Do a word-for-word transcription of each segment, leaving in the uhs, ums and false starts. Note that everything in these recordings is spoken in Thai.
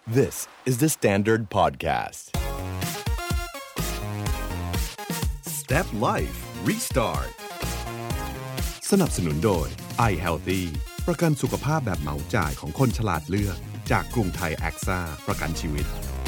This is the Standard Podcast. Step Life Restart สนับสนุนโดย iHealthy ประกันสุขภาพแบบเหมาจ่ายของคนฉลาดเลือกจากกรุงไทยแอ็กซ่าประกันชีวิต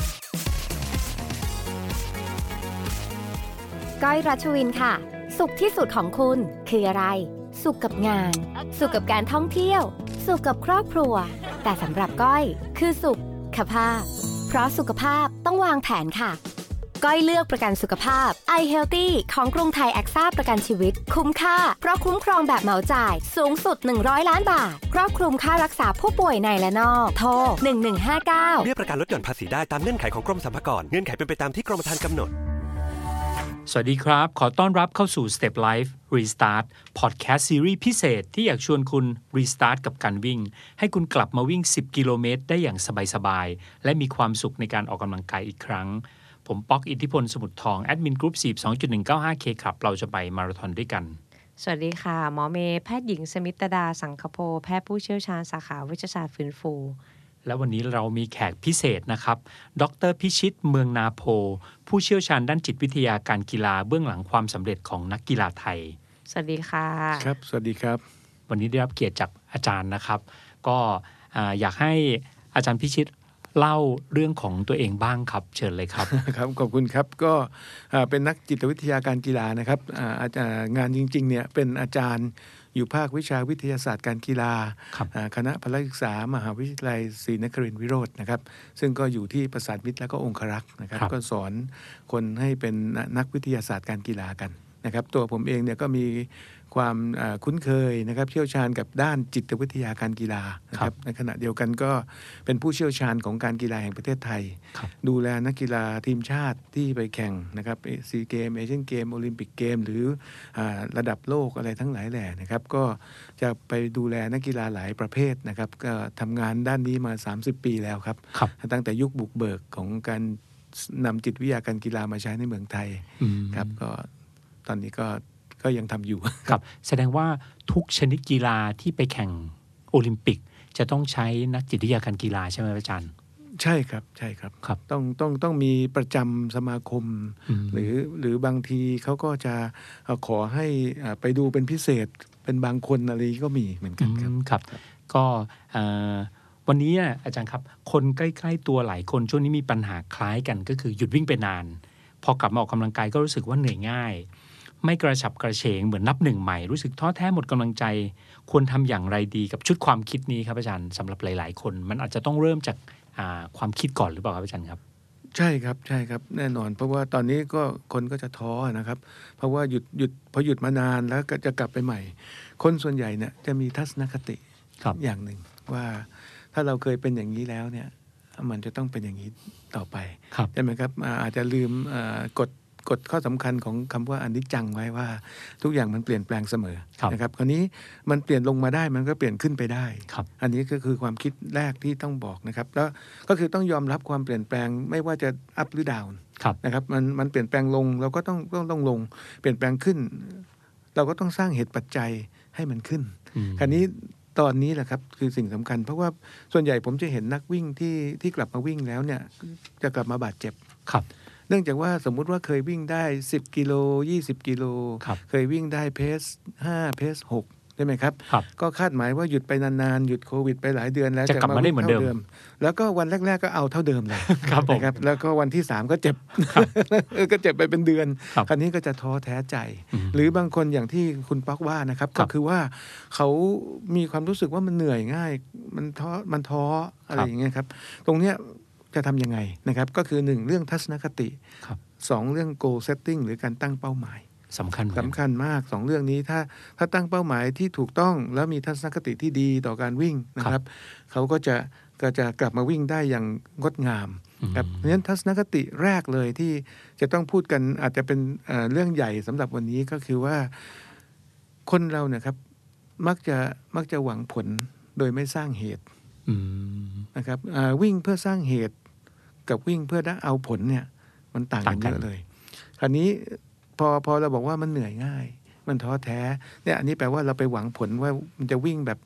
ก้อยรัชวินค่ะสุขที่สุดของคุณคืออะไรสุขกับงานสุขกับการท่องเที่ยวสุขกับครอบครัวแต่สำหรับก้อยคือสุขภาพเพราะสุขภาพต้องวางแผนค่ะก้อยเลือกประกันสุขภาพ iHealthy ของกรุงไทยแอ็กซ่าประกันชีวิตคุ้มค่าเพราะคุ้มครองแบบเหมาจ่ายสูงสุดหนึ่งร้อยล้านบาทครอบคลุมค่ารักษาผู้ป่วยในและนอกโทรหนึ่งหนึ่งห้าเก้าเบี้ยประกันลดหย่อนภาษีได้ตามเงื่อนไขของกรมสรรพากรเงื่อนไขเป็นไปตามที่กรมธรรม์กำหนดสวัสดีครับขอต้อนรับเข้าสู่ Step Life Restart Podcast Series พิเศษที่อยากชวนคุณ Restart กับการวิ่งให้คุณกลับมาวิ่งสิบกิโลเมตรได้อย่างสบายๆและมีความสุขในการออกกำลังกายอีกครั้งผมป๊อกอิทธิพลสมุทรทองแอดมินกรุ๊ป สี่สิบสองจุดหนึ่งเก้าห้าเค ครับเราจะไปมาราธอนด้วยกันสวัสดีค่ะหมอเมย์แพทย์หญิงสมิตดาสังคโปแพทย์ผู้เชี่ยวชาญสาขาเวชศาสตร์ฟื้นฟูและวันนี้เรามีแขกพิเศษนะครับดร.พิชิตเมืองนาโพผู้เชี่ยวชาญด้านจิตวิทยาการกีฬาเบื้องหลังความสำเร็จของนักกีฬาไทยสวัสดีค่ะครับสวัสดีครับวันนี้ได้รับเกียรติจากอาจารย์นะครับก็อยากให้อาจารย์พิชิตเล่าเรื่องของตัวเองบ้างครับเชิญเลยครับครับขอบคุณครับก็เป็นนักจิตวิทยาการกีฬานะครับอาจารย์งานจริงๆเนี่ยเป็นอาจารย์อยู่ภาควิชาวิทยาศาสตร์การกีฬาคณะพละศึกษามหาวิทยาลัยศรีนครินทร์วิโรจน์นะครับซึ่งก็อยู่ที่ประสานมิตรและก็องครักษ์นะครับก็สอนคนให้เป็นนักวิทยาศาสตร์การกีฬากันนะครับตัวผมเองเนี่ยก็มีความคุ้นเคยนะครับเชี่ยวชาญกับด้านจิตวิทยาการกีฬานะครับในขณะเดียวกันก็เป็นผู้เชี่ยวชาญของการกีฬาแห่งประเทศไทยดูแลนักกีฬาทีมชาติที่ไปแข่งนะครับซีเกมเอเชียนเกมโอลิมปิกเกมหรือระดับโลกอะไรทั้งหลายแหล่นะครับก็จะไปดูแลนักกีฬาหลายประเภทนะครับก็ทำงานด้านนี้มาสามสิบปีแล้วครับตั้งแต่ยุคบุกเบิกของการนำจิตวิทยาการกีฬามาใช้ในเมืองไทยครับก็ตอนนี้ก็ก็ยังทำอยู่ครับแสดงว่าทุกชนิดกีฬาที่ไปแข่งโอลิมปิกจะต้องใช้นักจิตวิทยาการกีฬาใช่ไหมอาจารย์ใช่ครับใช่ครับครับต้องต้องต้องมีประจำสมาคมหรือหรือบางทีเขาก็จะขอให้ไปดูเป็นพิเศษเป็นบางคนอะไรก็มีเหมือนกันครับครับก็วันนี้อาจารย์ครับคนใกล้ๆตัวหลายคนช่วงนี้มีปัญหาคล้ายกันก็คือหยุดวิ่งไปนานพอกลับมาออกกำลังกายก็รู้สึกว่าเหนื่อยง่ายไม่กระฉับกระเฉงเหมือนนับหนึ่งใหม่รู้สึกท้อแท้หมดกำลังใจควรทำอย่างไรดีกับชุดความคิดนี้ครับอาจารย์สำหรับหลายๆคนมันอาจจะต้องเริ่มจากความคิดก่อนหรือเปล่าครับอาจารย์ครับใช่ครับใช่ครับแน่นอนเพราะว่าตอนนี้ก็คนก็จะท้อนะครับเพราะว่าหยุดหยุดพอหยุดมานานแล้วก็จะกลับไปใหม่คนส่วนใหญ่เนี่ยจะมีทัศนคติอย่างหนึ่งว่าถ้าเราเคยเป็นอย่างนี้แล้วเนี่ยมันจะต้องเป็นอย่างนี้ต่อไปใช่ไหมครับอาจจะลืมกฎกฎข้อสำคัญของคำว่าอนิจจังไว้ว่าทุกอย่างมันเปลี่ยนแปลงเสมอนะครับคราวนี้มันเปลี่ยนลงมาได้มันก็เปลี่ยนขึ้นไปได้อันนี้ก็คือความคิดแรกที่ต้องบอกนะครับแล้วก็คือต้องยอมรับความเปลี่ยนแปลงไม่ว่าจะอัพหรือดาวน์นะครับมันมันเปลี่ยนแปลงลงเราก็ต้องต้องต้องลงเปลี่ยนแปลงขึ้นเราก็ต้องสร้างเหตุปัจจัยให้มันขึ้นคราวนี้ตอนนี้แหละครับคือสิ่งสำคัญเพราะว่าส่วนใหญ่ผมจะเห็นนักวิ่งที่ที่กลับมาวิ่งแล้วเนี่ยจะกลับมาบาดเจ็บครับเนื่องจากว่าสมมุติว่าเคยวิ่งได้สิบกิโลยี่สิบกิโลเคยวิ่งได้เพสห้าเพสหกใช่ไหมครับก็คาดหมายว่าหยุดไปนานๆหยุดโควิดไปหลายเดือนแล้วจะกลับมาได้เหมือนเดิมแล้วก็วันแรกๆก็เอาเท่าเดิมเลยนะครับแล้วก็วันที่สามก็เจ็บก็เจ็บไปเป็นเดือนคราวนี้ก็จะท้อแท้ใจหรือบางคนอย่างที่คุณป๊อกว่านะครับก็คือว่าเขามีความรู้สึกว่ามันเหนื่อยง่ายมันท้อมันท้ออะไรอย่างเงี้ยครับตรงเนี้ยจะทำยังไงนะครับก็คือหนึ่งเรื่องทัศนคติสองเรื่อง goal setting หรือการตั้งเป้าหมายสำคัญสำคัญมากสองเรื่องนี้ถ้าถ้าตั้งเป้าหมายที่ถูกต้องแล้วมีทัศนคติที่ดีต่อการวิ่งนะครับเขาก็จะก็จะกลับมาวิ่งได้อย่างงดงามครับเพราะฉะนั้นทัศนคติแรกเลยที่จะต้องพูดกันอาจจะเป็นเรื่องใหญ่สำหรับวันนี้ก็คือว่าคนเราเนี่ยครับมักจะมักจะหวังผลโดยไม่สร้างเหตุนะครับวิ่งเพื่อสร้างเหตุกับวิ่งเพื่อได้เอาผลเนี่ยมันต่างกันเยอะเลยคราวนี้พอพอเราบอกว่ามันเหนื่อยง่ายมันท้อแท้เนี่ยอันนี้แปลว่าเราไปหวังผลว่ามันจะวิ่งแบบ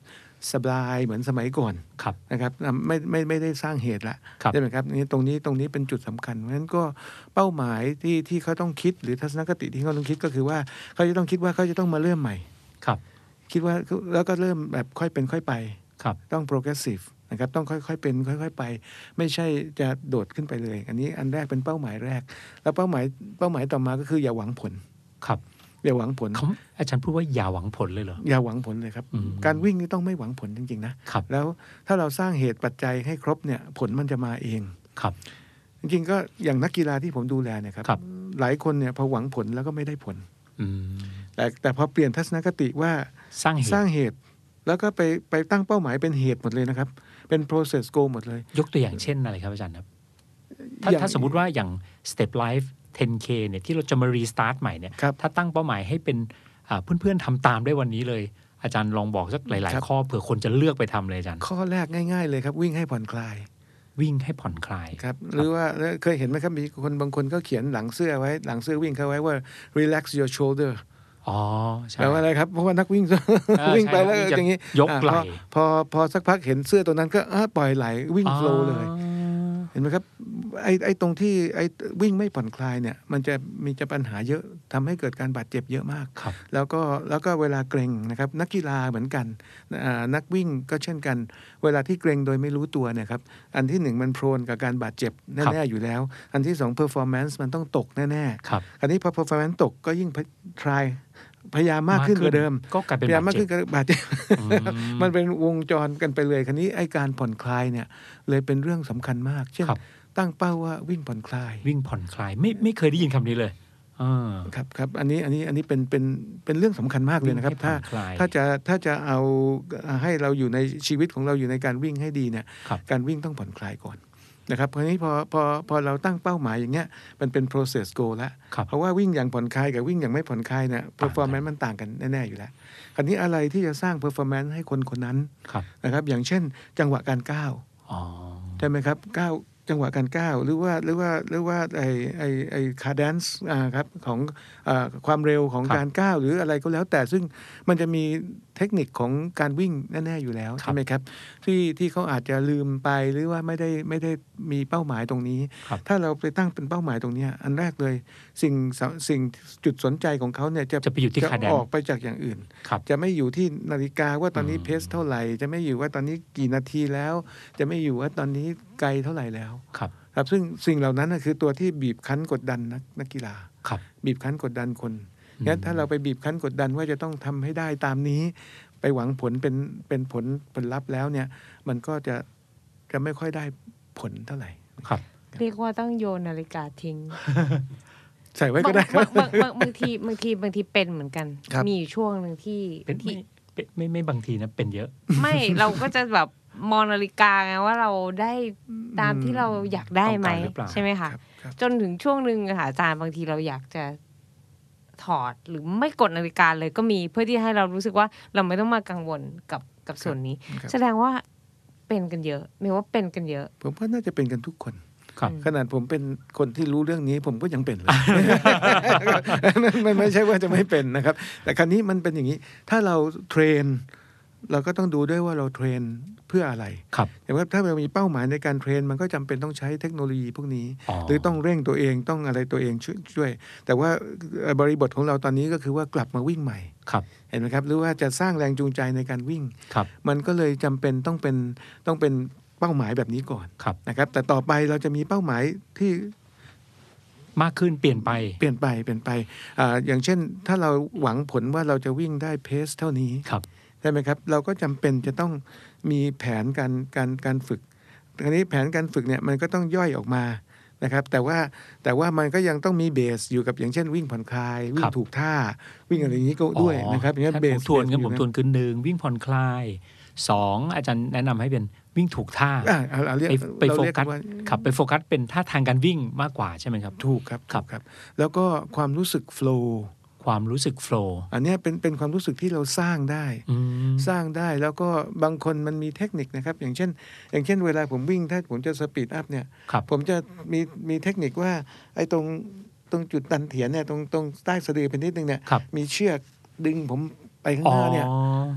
สบายเหมือนสมัยก่อนครับนะครับไม่ไม่ไม่ได้สร้างเหตุละครับใช่ไหมครับนี่ตรงนี้ตรงนี้เป็นจุดสำคัญเพราะฉะนั้นก็เป้าหมายที่ที่เขาต้องคิดหรือทัศนคติที่เขาต้องคิดก็คือว่าเขาจะต้องคิดว่าเขาจะต้องมาเริ่มใหม่ครับคิดว่าแล้วก็เริ่มแบบค่อยเป็นค่อยไปครับต้อง progressive นะครับต้องค่อยๆเป็นค่อยๆไปไม่ใช่จะโดดขึ้นไปเลยอันนี้อันแรกเป็นเป้าหมายแรกแล้วเป้าหมายเป้าหมายต่อมาก็คืออย่าหวังผลครับอย่าหวังผลเขาอาจารย์พูดว่าอย่าหวังผลเลยเหรออย่าหวังผลเลยครับอืมการวิ่งนี่ต้องไม่หวังผลจริงๆนะครับ แล้วถ้าเราสร้างเหตุปัจจัยให้ครบเนี่ยผลมันจะมาเองครับจริงๆก็อย่างนักกีฬาที่ผมดูแลเนี่ยครับครับหลายคนเนี่ยพอหวังผลแล้วก็ไม่ได้ผลอืมแต่แต่พอเปลี่ยนทัศนคติว่าสร้างเหตุสร้างเหตุแล้วก็ไปไปตั้งเป้าหมายเป็นเหตุหมดเลยนะครับเป็น process goal หมดเลยยกตัวอย่างเช่นอะไรครับอาจารย์ครับถ้าอย่างถ้าสมมุติว่าอย่าง Step Life เท็น เค เนี่ยที่เราจะมา restart ใหม่เนี่ยครับถ้าตั้งเป้าหมายให้เป็นอ่าเพื่อนๆทำตามได้วันนี้เลย อาจารย์ลองบอกสักหลายครับๆ ข้อเผื่อคนจะเลือกไปทำเลยอาจารย์ข้อแรกง่ายๆเลยครับวิ่งให้ผ่อนคลายวิ่งให้ผ่อนคลายครับหรือว่าเคยเห็นไหมครับมีคนบางคนก็เขียนหลังเสื้อไว้หลังเสื้อวิ่งเขาไว้ว่า relax your shoulder อ๋อใช่แปลว่าอะไรครับเพราะว่านักวิ่งอ่าวิ่งไปใช่แล้ววิ่งจะอย่างนี้ยกไหล่อ่าพอพอพอสักพักเห็นเสื้อตัวนั้นก็อ่ะปล่อยไหลวิ่งโฟลว์เลยอ๋อเห็นไหมครับไอ้ไอ้ตรงที่ไอ้วิ่งไม่ผ่อนคลายเนี่ยมันจะมีจะปัญหาเยอะทำให้เกิดการบาดเจ็บเยอะมากครับแล้วก็แล้วก็เวลาเกรงนะครับนักกีฬาเหมือนกันอ่านักวิ่งก็เช่นกัน เวลาที่เกรงโดยไม่รู้ตัวเนี่ยครับอันที่หนึ่งมันโพรนกับการบาดเจ็บแน่ๆอยู่แล้ว อันที่สอง performance มันต้องตกแน่ๆครับคราวนี้พอ performance ตกก็ยิ่ง try พยายามมากขึ้นกว่าเดิมก็กลายเป็นพยายามากบามดเจ็ขึ้บนก็บาดเจ็บอืมมันเป็นวงจรกันไปเลยคราวนี้ไอ้การผ่อนคลายเนี่ยเลยเป็นเรื่องสำคัญมากเช่นครับตั้งเป้าว่าวิ่งผ่อนคลายวิ่งผ่อนคลายไม่ไม่เคยได้ยินคำนี้เลยอ่าครับครับอันนี้อันนี้อันนี้เป็นเป็นเป็นเรื่องสำคัญมากเลยนะครับวิ่งให้ถ้าผ่อนคลายถ้าจะถ้าจะเอาให้เราอยู่ในชีวิตของเราอยู่ในการวิ่งให้ดีเนี่ยครับการวิ่งต้องผ่อนคลายก่อนนะครับคราวนี้พอพอพอเราตั้งเป้าหมายอย่างเงี้ยมันเป็น process goal แล้วครับเพราะว่าวิ่งอย่างผ่อนคลายกับวิ่งอย่างไม่ผ่อนคลายเนี่ย performance มันต่างกันแน่ๆอยู่แล้วคราวนี้อะไรที่จะสร้าง performance ให้คนคนนั้นครับนะครับอย่างเช่น จังหวะการก้าวอ๋อใช่ไหมครับก้าวจังหวะการก้าวหรือว่าหรือว่าหรือว่าไอไอไอคาแดนซ์อ่าครับของอ่าความเร็วของครับการก้าวหรืออะไรก็แล้วแต่ซึ่งมันจะมีเทคนิคของการวิ่งแน่ๆอยู่แล้วครับใช่ไหมครับที่ที่เขาอาจจะลืมไปหรือว่าไม่ได้ไม่ได้มีเป้าหมายตรงนี้ครับถ้าเราไปตั้งเป็นเป้าหมายตรงเนี้ยอันแรกเลยสิ่งสสิ่งจุดสนใจของเขาเนี่ยจะจะไปอยู่ที่จะคาแดนออกไปจากอย่างอื่นครับจะไม่อยู่ที่นาฬิกาว่าตอนนี้อืมเพสเท่าไหร่ จะไม่อยู่ว่าตอนนี้กี่นาทีแล้ว จะไม่อยู่ว่าตอนนี้ไกลเท่าไหร่แล้วครับครับซึ่งสิ่งเหล่านั้นน่ะคือตัวที่บีบคั้นกดดันนักนักกีฬาครับบีบคั้นกดดันคนงั้นถ้าเราไปบีบคั้นกดดันว่าจะต้องทำให้ได้ตามนี้ ไปหวังผลเป็นเป็นผลผลลัพธ์แล้วเนี่ย มันก็จะจะไม่ค่อยได้ผลเท่าไหร่ครับเรียกว่าต้องโยนนาฬิกาทิ้งใส่ไว้ก็ได้ครับบางบางบางบางทีบางทีบางทีเป็นเหมือนกันครับมีอยู่ช่วงหนึ่งที่เป็นที่ไม่เป็นไม่ไม่บางทีนะเป็นเยอะไม่ เราก็จะแบบมองนาฬิกาไงว่าเราได้ตามที่เราอยากได้ไหมต้องการหรือเปล่าใช่ไหมคะครับครับจนถึงช่วงหนึ่งอะค่ะอาจารย์บางทีเราอยากจะถอดหรือไม่กดนาฬิกาเลยก็มีเพื่อที่ให้เรารู้สึกว่าเราไม่ต้องมากังวลกับกับส่วนนี้ครับแสดงว่าเป็นกันเยอะไม่ว่าเป็นกันเยอะผมว่าน่าจะเป็นกันทุกคนครับขนาดผมเป็นคนที่รู้เรื่องนี้ผมก็ยังเป็นเลย มันไม่ใช่ว่าจะไม่เป็นนะครับ แต่ครั้นี้มันเป็นอย่างนี้ ถ้าเราเทรน เราก็ต้องดูด้วยว่าเราเทรนเพื่ออะไรครับอย่างว่าถ้าเรามีเป้าหมายในการเทรน มันก็จำเป็นต้องใช้เทคโนโลยีพวกนี้อ๋อหรือต้องเร่งตัวเองต้องอะไรตัวเองช่วยช่วย แต่ว่าบริบทของเราตอนนี้ก็คือว่ากลับมาวิ่งใหม่ครับเห็นไหมครับ หรือว่าจะสร้างแรงจูงใจในการวิ่งครับมันก็เลยจำเป็นต้องเป็นต้องเป็นเป้าหมายแบบนี้ก่อนครับนะครับ แต่ต่อไปเราจะมีเป้าหมายที่มากขึ้นเปลี่ยนไปเปลี่ยนไปเปลี่ยนไปอ่าอย่างเช่น ถ้าเราหวังผลว่าเราจะวิ่งได้เพสเท่านี้ครับใช่ไหมครับ เราก็จำเป็นจะต้องมีแผนการการการฝึกทีนี้แผนการฝึกเนี่ยมันก็ต้องย่อยออกมานะครับ แต่ว่าแต่ว่ามันก็ยังต้องมีเบสอยู่กับอย่างเช่นวิ่งผ่อนคลายวิ่ครังบถูกท่าวิ่งอะไรอย่างนี้ก็ด้วยนะครับอย่างนี้ถ้าเบผสมทวนกันเบสผมอยู่ะทวนคือหนึ่งวิ่งผ่อนคลายสองอาจารย์แนะนำให้เป็นวิ่งถูกท่าอ่าเอาเอาเรียกไปไปเราโฟเรียกกัสว่าขับไปโฟกัสเป็นท่าทางการวิ่งมากกว่าใช่ไหมครับถูกครับครับถูกครับ แล้วก็ความรู้สึกโฟล์ความรู้สึกโฟล์อันเนี้ยเป็นเป็นความรู้สึกที่เราสร้างได้อืมสร้างได้แล้วก็บางคนมันมีเทคนิคนะครับ อย่างเช่น อย่างเช่นเวลาผมวิ่งถ้าผมจะสปีดอัพเนี่ยครับผมจะมีมีเทคนิคว่าไอ้ตรงตรงจุดดันเถียนเนี่ยตรงตรงใต้สะดือเป็นนิดนึงเนี่ยครับมีเชือกดึงผมไปข้างอ๋อหน้าเนี่ย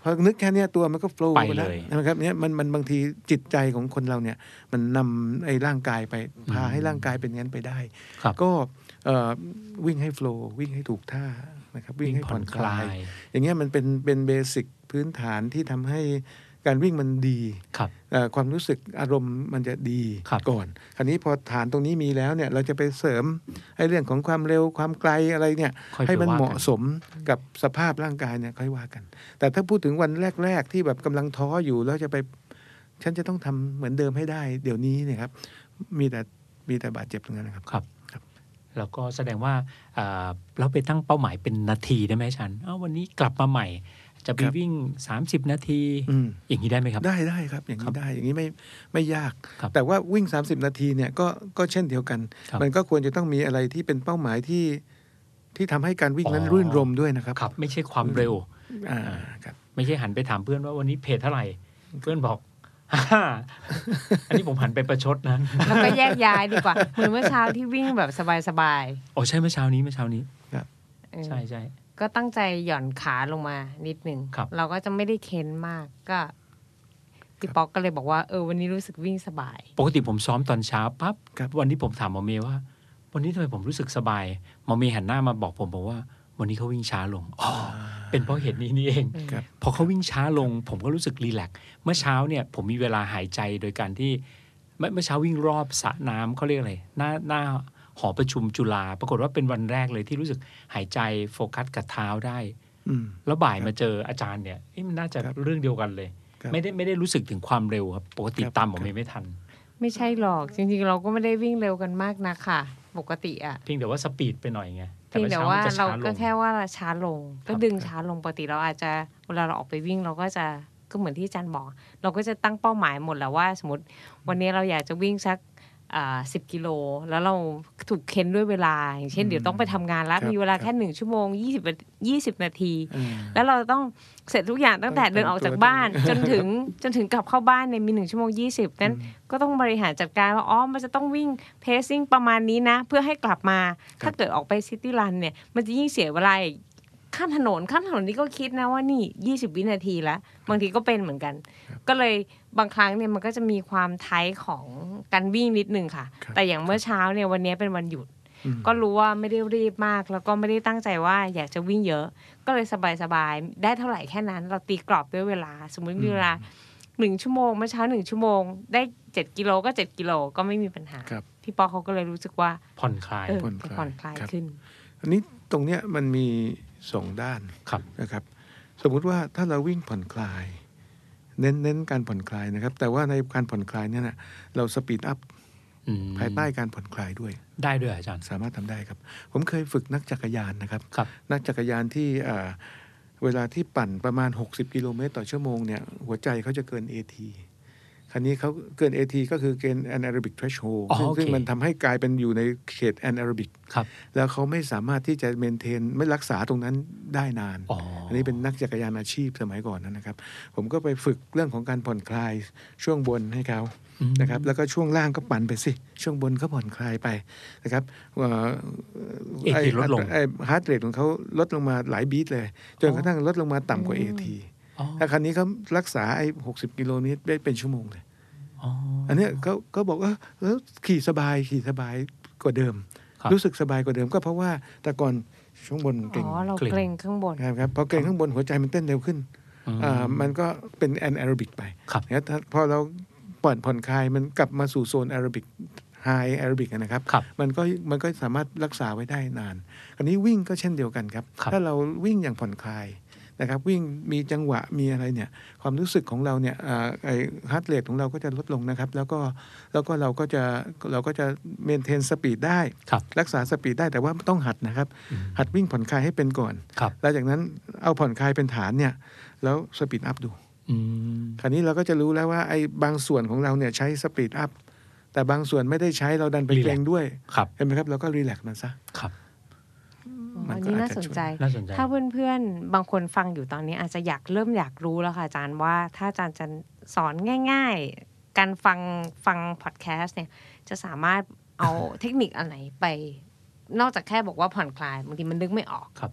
พอนึกแค่นี้ตัวมันก็โฟล์ไปไปเลแล้วยนะครับเนี่ยมันมันบางทีจิตใจของคนเราเนี่ยมันนำไอ้ร่างกายไปพาให้ร่างกายเป็นงั้นไปได้ครับก็เอ่อวิ่งให้โฟล์วิ่งให้ถูกท่านะครับวิ่งให้ผ่อนคลาย อย่างเงี้ยมันเป็นเป็นเบสิกพื้นฐานที่ทำให้การวิ่งมันดีครับเอ่อความรู้สึกอารมณ์มันจะดีครับก่อน คราวนี้พอฐานตรงนี้มีแล้วเนี่ยเราจะไปเสริมไอ้เรื่องของความเร็วความไกลอะไรเนี่ยค่อยไปให้มันว่ากันเหมาะสมกับสภาพร่างกายเนี่ยค่อยว่ากัน แต่ถ้าพูดถึงวันแรก ๆ ที่แบบกำลังท้ออยู่แล้วจะไปฉันจะต้องทำเหมือนเดิมให้ได้ เดี๋ยวนี้เนี่ยครับมีแต่มีแต่บาดเจ็บตรงนั้นนะครับครับ แล้วก็แสดงว่าเอ่อเราไปตั้งเป้าหมายเป็นนาทีได้ไหมอาจารย์อ้าววันนี้กลับมาใหม่ จะไปครับวิ่งสามสิบนาทีอืมอย่างนี้ได้ไหมครับได้ได้ครับอย่างครันี้บได้อย่างนี้ไม่ไม่ยากครับแต่ว่าวิ่ง สามสิบ นาทีเนี่ยก็ก็เช่นเดียวกันครับมันก็ควรจะต้องมีอะไรที่เป็นเป้าหมายที่ที่ทำให้การวิ่งนั้นอ๋อรื่นรมด้วยนะครับครับ ไม่ใช่ความเร็วอ่าครับไม่ใช่หันไปถามเพื่อนว่าวันนี้เพจเท่าไหร่ เพื่อนบอก ฮ่าอันนี้ผมหันไปประชดนะแล้วก็แยกย้ายดีกว่า เหมือนเมื่อเช้าที่วิ่งแบบสบายโอ้ใช่เมื่อเช้านี้เมื่อเช้านี้ๆเออใช่ใช่ก็ตั้งใจหย่อนขาลงมานิดนึงครับเราก็จะไม่ได้เค้นมากก็พี่ป๊อกก็เลยบอกว่าเออวันนี้รู้สึกวิ่งสบายปกติผมซ้อมตอนเช้าปั๊บครับวันนี้ผมถามหมอเมย์ว่า วันนี้ทำไมผมรู้สึกสบายหมอเมย์หันหน้ามาบอกผมบอกว่า วันนี้เขาวิ่งช้าลงอ๋อเป็นเพราะเหตุนี้นี่เองครับพอเขาวิ่งช้าลง ผมก็รู้สึกรีแลกซ์เมื่อเช้าเนี่ยผมมีเวลาหายใจโดยการที่เมื่อเมื่อเช้าวิ่งรอบสระน้ำเขาเรียกอะไรหน้าหน้าหอประชุมจุฬาปรากฏว่าเป็นวันแรกเลยที่รู้สึกหายใจโฟกัสกับเท้าได้อืมแล้วบ่ายมาเจออาจารย์เนี่ยเอ๊ะมันน่าจะครับเรื่องเดียวกันเลยครับไม่ได้ไม่ได้รู้สึกถึงความเร็วครับปกติครับตามผมครับไม่ทันไม่ใช่หรอกจริงๆ เราก็ไม่ได้วิ่งเร็วกันมากนะค่ะ ปกติอะเพียงแต่ว่าสปีดไปหน่อยไงเพียงแต่ช้ว่ามันจะเราช้ลก็งแค่ว่าเราช้าลงครัก็บดึงช้าลงปกติเราอาจจะเวลาเราออกไปวิ่งเราก็จะก็เหมือนที่อาจารย์บอก เราก็จะตั้งเป้าหมายหมดแล้วว่า สมมติวันนี้เราอยากจะวิ่งสักอ่าสิบกิโลแล้วเราถูกเค้นด้วยเวลา อย่างเช่นเดี๋ยวต้องไปทำงานแล้วครับมีเวลาครับแค่หนึ่งชั่วโมงยี่สิบยี่สิบนาทีอืมแล้วเราต้องเสร็จทุกอย่างตั้งแต่ต้องเดินออกจากแต่งตัวบ้าน จนถึงจนถึงกลับเข้าบ้านเนี่ยมีหนึ่งชั่วโมงยี่สิบนั้นก็ต้องบริหารจัดการว่าอ๋อมันจะต้องวิ่งเพซซิ่งประมาณนี้นะ เพื่อให้กลับมา ถ้าเกิดออกไปซิตี้รันเนี่ยมันจะยิ่งเสียเวลาอีกข้ามถนนข้ามถนนนี่ก็คิดนะว่านี่ยี่สิบวินาทีแล้วบางทีก็เป็นเหมือนกัน ก็เลยบางครั้งเนี่ยมันก็จะมีความไทป์ของการวิ่งนิดนึงค่ะครับแต่อย่างเมื่อเช้าเนี่ยวันนี้เป็นวันหยุดอืมก็รู้ว่าไม่ได้รีบมาก แล้วก็ไม่ได้ตั้งใจว่าอยากจะวิ่งเยอะ ก็เลยสบายๆได้เท่าไหร่แค่นั้น เราตีกรอบด้วยเวลา สมมติมีเวลาหนึ่งชั่วโมงเมื่อเช้าหนึ่งชั่วโมงได้เจ็ดกิโลก็เจ็ดกิโลก็ไม่มีปัญหาครับพี่ปอเขาก็เลยรู้สึกว่าผ่อนคลายเออผ่อนคลายผ่อนคลายครับขึ้นอันนี้ตรงเนี้ยมันมีสองด้านครับนะครับ สมมุติว่าถ้าเราวิ่งผ่อนคลาย เน้นเน้นการผ่อนคลายนะครับ แต่ว่าในการผ่อนคลายเนี่ยนะเราสปีดอัพอืมภายใต้การผ่อนคลายด้วยได้ด้วยอาจารย์สามารถทำได้ครับ ผมเคยฝึกนักจักรยานนะครับครับนักจักรยานที่อ่าเวลาที่ปั่นประมาณ หกสิบ กิโลเมตรต่อชั่วโมงเนี่ยหัวใจเขาจะเกิน เอ ที คราวนี้เขาเกิน เอ ที ก็คือเกณฑ์ anaerobic threshold อ๋อซึ่งโอเคซึ่งมันทำให้กลายเป็นอยู่ในเขต anaerobic ครับแล้วเขาไม่สามารถที่จะเมนเทนไม่รักษาตรงนั้นได้นานอ๋ออันนี้เป็นนักจักรยานอาชีพสมัยก่อนนะครับ ผมก็ไปฝึกเรื่องของการผ่อนคลายช่วงบนให้เขาอืมนะครับ แล้วก็ช่วงล่างก็ปั่นไปสิ ช่วงบนก็ผ่อนคลายไปนะครับเอ่อเอ ที ลดลงไอ้ฮาร์ดเรทของเขาลดลงมาหลายบีทเลย จนกระทั่งลดลงมาต่ำกว่า เอ ทีอ๋อถ้าครั้นี้เขารักษาไอ้หกสิบกิโลเมตรได้เป็นชั่วโมงเลยอ๋ออันเนี้ยเขาเขาบอกว่าแล้วขี่สบายขี่สบายกว่าเดิมครับรู้สึกสบายกว่าเดิมก็เพราะว่าแต่ก่อนช่วงบนเก่อ๋งอเราเกร็งเกรงข้างบนครับพอเก่งข้างบนหัวใจมันเต้นเร็วขึ้นอืมอ่ามันก็เป็นแอนแอโรบิกไปครับนะถ้าพอเราผ่อนผ่อนคลายมันกลับมาสู่โซนแอโรบิกไฮแอโรบิกนะครับครับมันก็มันก็สามารถรักษาไว้ได้นานอันนี้วิ่งก็เช่นเดียวกันครับครับถ้าเราวิ่งอย่างผ่อนคลายนะครับวิ่งมีจังหวะมีอะไรเนี่ยความรู้สึกของเราเนี่ยอ่าไอฮาร์ดเรทของเราก็จะลดลงนะครับ แล้วก็แล้วก็เราก็จะเราก็จะเมนเทนสปีดได้ครับรักษาสปีดได้แต่ว่าต้องหัดนะครับอืมหัดวิ่งผ่อนคลายให้เป็นก่อนครับแล้วจากนั้นเอาผ่อนคลายเป็นฐานเนี่ยแล้วสปีดอัพดูอืมคราวนี้เราก็จะรู้แล้วว่าไอ้บางส่วนของเราเนี่ยใช้สปีดอัพแต่บางส่วนไม่ได้ใช้เราดันไปเกรงด้วยครับเห็นไหมครับเราก็รีแลกซ์มันซะครับมันอันก็นี้อาน่าจจะสนช่วยใจน่าสนใจถ้าเพื่อนๆ บางคนฟังอยู่ตอนนี้อาจจะอยากเริ่มอยากรู้แล้วค่ะอาจารย์ว่าถ้าอาจารย์จะสอนง่ายๆ การฟังฟังพอดแคสต์เนี่ยจะสามารถเอา เทคนิคอะไรไป นอกจากแค่บอกว่าผ่อนคลายบางทีมันนึกไม่ออกครับ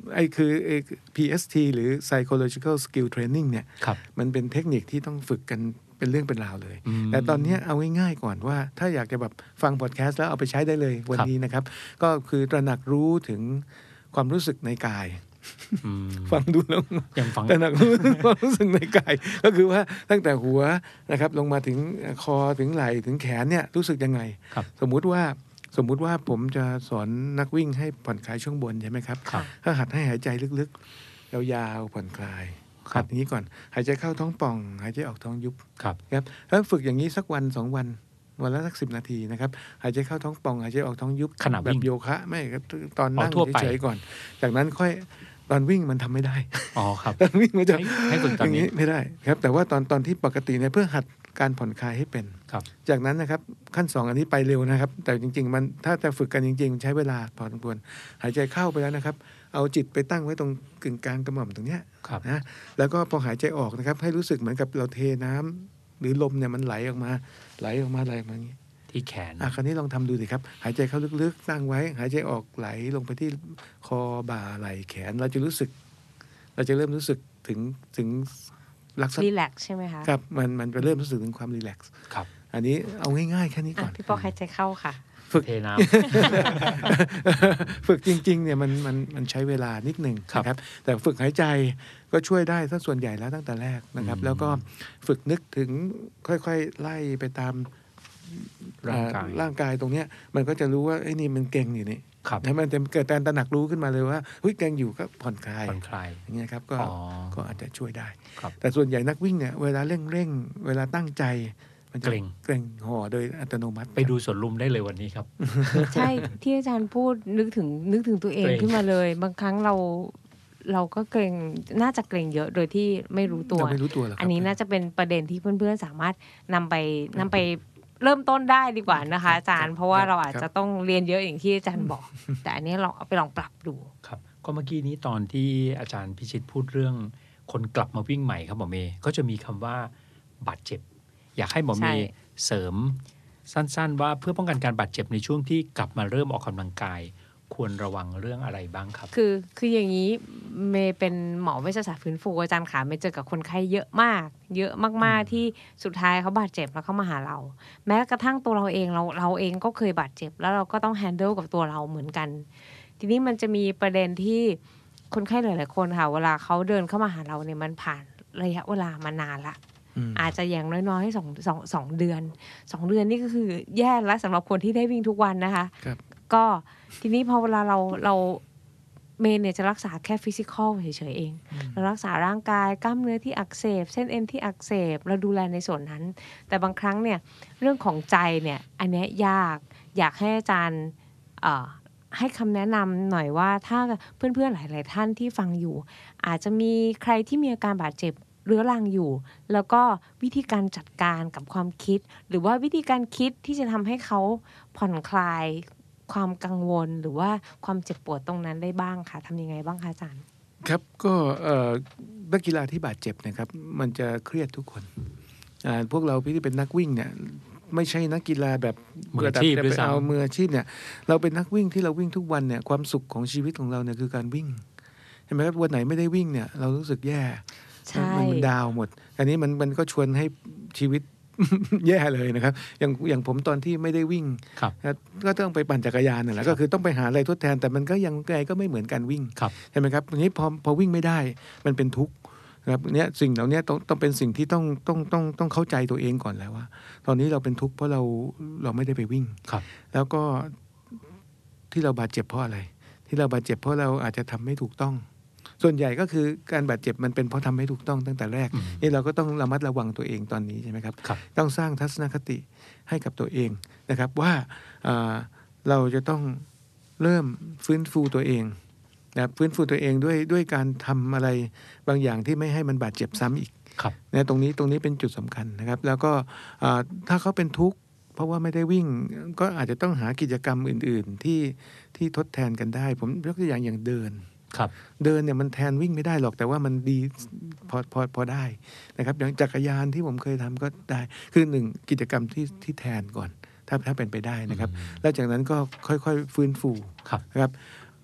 ไอ้คือไอ้ พี เอส ที หรือ psychological skill training เนี่ยมันเป็นเทคนิคที่ต้องฝึกกันเป็นเรื่องเป็นราวเลยแต่ตอนนี้เอาง่ายๆก่อนว่าถ้าอยากจะแบบฟังพอดแคสต์แล้วเอาไปใช้ได้เลยวันนี้นะครับก็คือตระหนักรู้ถึงความรู้สึกในกายฟังดูแล้วตระหนักรู้ถึงความรู้สึกในกายก็คือว่าตั้งแต่หัวนะครับลงมาถึงคอถึงไหล่ถึงแขนเนี่ยรู้สึกยังไงสมมุติว่าสมมุติว่าผมจะสอนนักวิ่งให้ผ่อนคลายช่วงบนใช่ไหมครับถ้าหัดให้หายใจลึกๆยาวๆผ่อนคลายหัดอย่างนี้ก่อนหายใจเข้าท้องป่องหายใจออกท้องยุบครับแล้วฝึกอย่างนี้สักวันสองวันวันละสักสิบนาทีนะครับหายใจเข้าท้องป่องหายใจออกท้องยุบแบบโยคะไม่ตอนนั่งเฉยๆก่อนจากนั้นค่อยตอนวิ่งมันทำไม่ได้อ๋อครับตอนวิ่งมันจะให้ฝึกอย่างนี้ไม่ได้ครับแต่ว่าตอนตอนที่ปกติเนี่ยเพื่อหัดการผ่อนคลายให้เป็นจากนั้นนะครับขั้นสองอันนี้ไปเร็วนะครับแต่จริงๆมันถ้าจะฝึกกันจริงๆใช้เวลาพอสมควรหายใจเข้าไปแล้วนะครับเอาจิตไปตั้งไว้ตรงกึ่งกลางกระหม่อมตรงเนี้ยนะแล้วก็พอหายใจออกนะครับให้รู้สึกเหมือนกับเราเทน้ำหรือลมเนี่ยมันไหลออกมาไหลออกมาไหลออกมาอย่างนี้ที่แขนอ่ะคราวนี้ลองทำดูสิครับหายใจเข้าลึกๆตั้งไว้หายใจออกไหลลงไปที่คอบ่าไหล่แขนเราจะรู้สึกเราจะเริ่มรู้สึกถึงถึงลักษณะรีแลกซ์ใช่ไหมคะครับมันมันจะเริ่มรู้สึกถึงความรีแลกซ์ครับอันนี้เอาง่ายๆแค่นี้ก่อนพี่ปอหายใจเข้าค่ะฝึกเทน้ำฝึกจริงๆเนี่ยมันมันมันใช้เวลานิดหนึ่งนะครับแต่ฝึกหายใจก็ช่วยได้ถ้าส่วนใหญ่แล้วตั้งแต่แรกนะครับแล้วก็ฝึกนึกถึงค่อยๆไล่ไปตามร่างกายร่างกายตรงเนี้ยมันก็จะรู้ว่าไอ้นี่มันเก่งอยู่นี่แล้วมันจะเกิดการตระหนักรู้ขึ้นมาเลยว่าเฮ้ยเก่งอยู่ก็ผ่อนคลายผ่อนคลายอย่างเงี้ยครับก็ก็อาจจะช่วยได้แต่ส่วนใหญ่นักวิ่งเนี่ยเวลาเร่งเร่งเวลาตั้งใจมันจะเกร็งเกร็งห่อโดยอัตโนมัติไปดูสวนลุมได้เลยวันนี้ครับใช่ที่อาจารย์พูดนึกถึงนึกถึงตัวเองขึ้นมาเลยบางครั้งเราเราก็เกรงน่าจะเกรงเยอะโดยที่ไม่รู้ตัวอันนี้น่าจะเป็นประเด็นที่เพื่อนๆสามารถนำไปนำไปเริ่มต้นได้ดีกว่านะคะอาจารย์เพราะว่าเราอาจจะต้องเรียนเยอะอย่างที่อาจารย์บอกแต่อันนี้ลองเอาไปลองปรับดูครับก็เมื่อกี้นี้ตอนที่อาจารย์พิชิตพูดเรื่องคนกลับมาวิ่งใหม่ครับหมอเมย์ก็จะมีคำว่าบาดเจ็บอยากให้หมอเมย์เสริมสั้นๆว่าเพื่อป้องกันการบาดเจ็บในช่วงที่กลับมาเริ่มออกกำลังกายควรระวังเรื่องอะไรบ้างครับคือคืออย่างนี้เมย์เป็นหมอเวชศาสตร์ฟื้นฟูอาจารย์ขาเมย์เจอกับคนไข้เยอะมากเยอะมากๆที่สุดท้ายเขาบาดเจ็บแล้วเขามาหาเราแม้กระทั่งตัวเราเองเราเราเองก็เคยบาดเจ็บแล้วเราก็ต้องแฮนเดิลกับตัวเราเหมือนกันทีนี้มันจะมีประเด็นที่คนไข้หลายๆคนค่ะเวลาเขาเดินเข้ามาหาเราเนี่ยมันผ่านระยะเวลามานานละอาจจะอย่างน้อยๆสองสองสองเดือนสองเดือนนี่ก็คือแย่แล้วสำหรับคนที่ได้วิ่งทุกวันนะคะก็ทีนี้พอเวลาเราเราเมนเนี่ยจะรักษาแค่ฟิสิกอลเฉยๆเองเรารักษาร่างกายกล้ามเนื้อที่อักเสบเส้นเอ็นที่อักเสบเราดูแลในส่วนนั้นแต่บางครั้งเนี่ยเรื่องของใจเนี่ยอันนี้ยากอยากให้อาจารย์ให้คำแนะนำหน่อยว่าถ้าเพื่อนๆหลายๆท่านที่ฟังอยู่อาจจะมีใครที่มีอาการบาดเจ็บเรื้อรังอยู่แล้วก็วิธีการจัดการกับความคิดหรือว่าวิธีการคิดที่จะทำให้เขาผ่อนคลายความกังวลหรือว่าความเจ็บปวดตรงนั้นได้บ้างค่ะทำยังไงบ้างคะอาจารย์ครับก็นักกีฬาที่บาดเจ็บนะครับมันจะเครียดทุกคนพวกเราที่เป็นนักวิ่งเนี่ยไม่ใช่นักกีฬาแบบมืออาชีพด้วยซ้ำเอามืออาชีพเนี่ยเราเป็นนักวิ่งที่เราวิ่งทุกวันเนี่ยความสุขของชีวิตของเราเนี่ยคือการวิ่งใช่ไหมครับวันไหนไม่ได้วิ่งเนี่ยเรารู้สึกแย่มันดาวหมดอันนี้มันมันก็ชวนให้ชีวิตแย่เลยนะครับอย่างอย่างผมตอนที่ไม่ได้วิ่งก็ต้องไปปั่นจักรยานนั่นแหละก็คือต้องไปหาอะไรทดแทนแต่มันก็ยังไงก็ไม่เหมือนการวิ่งใช่ไหมครับทีนี้พอพอวิ่งไม่ได้มันเป็นทุกข์นะครับเนี้ยสิ่งเหล่านี้ต้องต้องเป็นสิ่งที่ต้องต้องต้องต้องเข้าใจตัวเองก่อนแล้วว่าตอนนี้เราเป็นทุกข์เพราะเราเราไม่ได้ไปวิ่งแล้วก็ที่เราบาดเจ็บเพราะอะไรที่เราบาดเจ็บเพราะเราอาจจะทำไม่ถูกต้องส่วนใหญ่ก็คือการบาดเจ็บมันเป็นเพราะทำไม่ถูกต้องตั้งแต่แรกนี่เราก็ต้องระมัดระวังตัวเองตอนนี้ใช่ไหมครับต้องสร้างทัศนคติให้กับตัวเองนะครับว่าเราจะต้องเริ่มฟื้นฟูตัวเองนะฟื้นฟูตัวเองด้วยด้วยการทำอะไรบางอย่างที่ไม่ให้มันบาดเจ็บซ้ำอีกนะตรงนี้ตรงนี้เป็นจุดสำคัญนะครับแล้วก็ถ้าเขาเป็นทุกข์เพราะว่าไม่ได้วิ่งก็อาจจะต้องหากิจกรรมอื่นๆที่ที่ทดแทนกันได้ผมยกตัวอย่างอย่างเดินเดินเนี่ยมันแทนวิ่งไม่ได้หรอกแต่ว่ามันดีพอพอพอได้นะครับอย่างจักรยานที่ผมเคยทำก็ได้คือหนึ่งกิจกรรมที่ที่แทนก่อนถ้าถ้าเป็นไปได้นะครับแล้วจากนั้นก็ค่อยๆฟื้นฟูนะครับ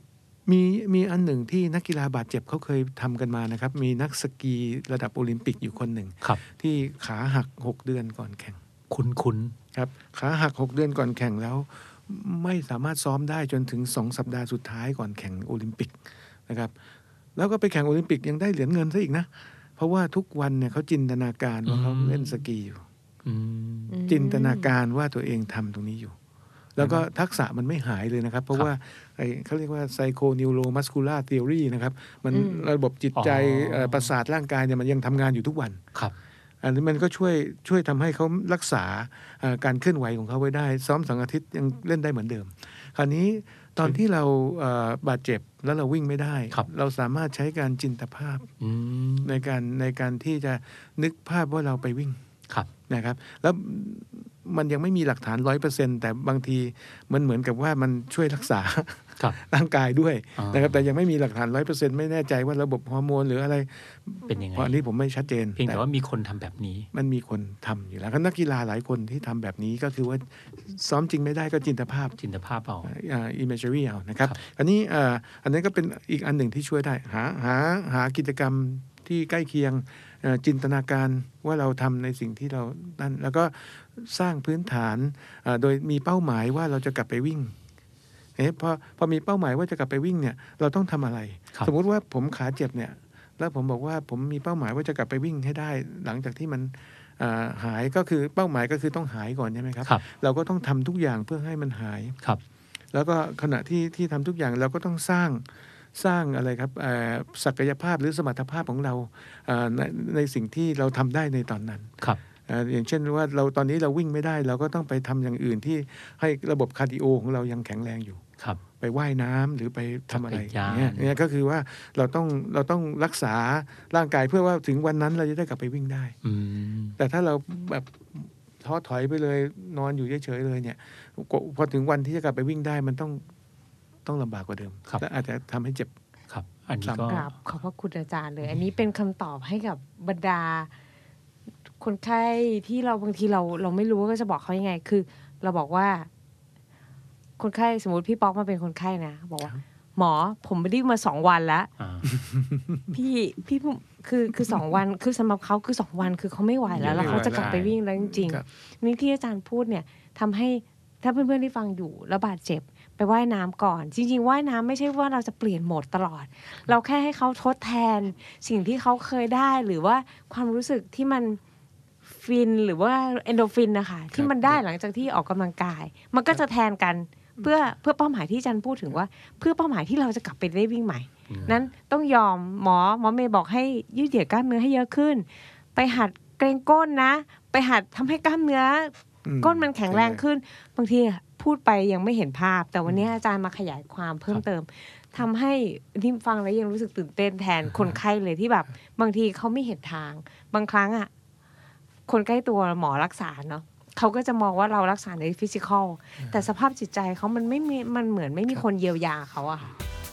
มีมีอันหนึ่งที่นักกีฬาบาดเจ็บเขาเคยทำกันมานะครับมีนักสกีระดับโอลิมปิกอยู่คนหนึ่งที่ขาหักหกเดือนก่อนแข่งคุ้นๆครับขาหักหกเดือนก่อนแข่งแล้วไม่สามารถซ้อมได้จนถึงสองสัปดาห์สุดท้ายก่อนแข่งโอลิมปิกนะครับแล้วก็ไปแข่งโอลิมปิกยังได้เหรียญเงินซะอีกนะเพราะว่าทุกวันเนี่ยเขาจินตนาการว่าเขาเล่นสกีอยู่จินตนาการว่าตัวเองทำตรงนี้อยู่แล้วก็ทักษะมันไม่หายเลยนะครับเพราะว่าไอ้เขาเรียกว่าไซโคนิวโรมัสคูลาร์ทีโอรีนะครับมันระบบจิตใจประสาทร่างกายเนี่ยมันยังทำงานอยู่ทุกวันครับอันนี้มันก็ช่วยช่วยทำให้เขารักษาการเคลื่อนไหวของเขาไว้ได้ซ้อมสองอาทิตย์ยังเล่นได้เหมือนเดิมคราวนี้ตอนที่เราบาดเจ็บแล้วเราวิ่งไม่ได้เราสามารถใช้การจินตภาพในการในการที่จะนึกภาพว่าเราไปวิ่งนะครับแล้วมันยังไม่มีหลักฐาน ร้อยเปอร์เซ็นต์ แต่บางทีมันเหมือนกับว่ามันช่วยรักษาร่างกายด้วยนะครับแต่ยังไม่มีหลักฐาน ร้อยเปอร์เซ็นต์ ไม่แน่ใจว่าระบบฮอร์โมนหรืออะไรเป็นยังไงเพราะอันนี้ผมไม่ชัดเจนเพียงแต่ว่ามีคนทำแบบนี้มันมีคนทำอยู่แล้วก็นักกีฬาหลายคนที่ทำแบบนี้ก็คือว่าซ้อมจริงไม่ได้ก็จินตภาพจินตภาพเอาอ่า imagery เอานะครับอันนี้อ่าอันนี้ก็เป็นอีกอันหนึ่งที่ช่วยได้หาหาหากิจกรรมที่ใกล้เคียงจินตนาการว่าเราทำในสิ่งที่เรานั่นแล้วก็สร้างพื้นฐานโดยมีเป้าหมายว่าเราจะกลับไปวิ่งเอ๊ะพอพอมีเป้าหมายว่าจะกลับไปวิ่งเนี่ยเราต้องทำอะไรสมมุติว่าผมขาเจ็บเนี่ยแล้วผมบอกว่าผมมีเป้าหมายว่าจะกลับไปวิ่งให้ได้หลังจากที่มันหายก็คือเป้าหมายก็คือต้องหายก่อนใช่ไหมครับเราก็ต้องทำทุกอย่างเพื่อให้มันหายแล้วก็ขณะที่ที่ทำทุกอย่างเราก็ต้องสร้างสร้างอะไรครับศักยภาพหรือสมรรถภาพของเราในในสิ่งที่เราทำได้ในตอนนั้นครับอย่างเช่นว่าเราตอนนี้เราวิ่งไม่ได้เราก็ต้องไปทำอย่างอื่นที่ให้ระบบคาร์ดิโอของเรายังแข็งแรงอยู่ไปว่ายน้ำหรือไปทำอะไรอย่างเงี้ยเนี่ยก็คือว่าเราต้องเราต้องรักษาร่างกายเพื่อว่าถึงวันนั้นเราจะได้กลับไปวิ่งได้แต่ถ้าเราแบบท้อถอยไปเลยนอนอยู่เฉยๆเลยเนี่ยพอถึงวันที่จะกลับไปวิ่งได้มันต้องต้องลำบากกว่าเดิมและอาจจะทำให้เจ็บครับอันนี้ก็ขอบพระคุณอาจารย์เลยอันนี้เป็นคำตอบให้กับบรรดาคนไข้ที่เราบางทีเราเราไม่รู้ว่าจะบอกเขายังไงคือเราบอกว่าคนไข้สมมติพี่ป๊อกมาเป็นคนไข้นะบอกว่าหมอผมไม่ได้มาสองวันแล้วพี่พี่คือคือสองวันคือสำหรับเขาคือสองวันคือเขาไม่ไหวแล้วแล้วเขาจะกลับไปวิ่งแล้วจริงๆนี่ที่อาจารย์พูดเนี่ยทำให้ถ้าเพื่อนๆที่ฟังอยู่แล้วบาดเจ็บไปว่ายน้ำก่อนจริงๆว่ายน้ำไม่ใช่ว่าเราจะเปลี่ยนโหมดตลอดเราแค่ให้เขาทดแทนสิ่งที่เขาเคยได้หรือว่าความรู้สึกที่มันฟินหรือว่าเอนโดฟินนะคะที่มันได้หลังจากที่ออกกำลังกายมันก็จะแทนกันเพื่อเพื่อเป้าหมายที่อาจารย์พูดถึงว่าเพื่อเป้าหมายที่เราจะกลับไปได้วิ่งใหม่นั้นต้องยอมหมอหมอเมย์บอกให้ยืดเหยียดกล้ามเนื้อให้เยอะขึ้นไปหัดเกรงก้นนะไปหัดทำให้กล้ามเนื้อก้นมันแข็งแรงขึ้นบางทีพูดไปยังไม่เห็นภาพแต่วันนี้อาจารย์มาขยายความเพิ่มเติมทำให้ที่ฟังแล้วยังรู้สึกตื่นเต้นแทนคนไข้เลยที่แบบบางทีเขาไม่เห็นทางบางครั้งอ่ะคนใกล้ตัวหมอรักษาเนาะเขาก็จะมองว่าเรารักษาในฟิสิกอลแต่สภาพจิตใจเขามันไม่มีมันเหมือนไม่มีคนเยียวยาเขาอะค่ะ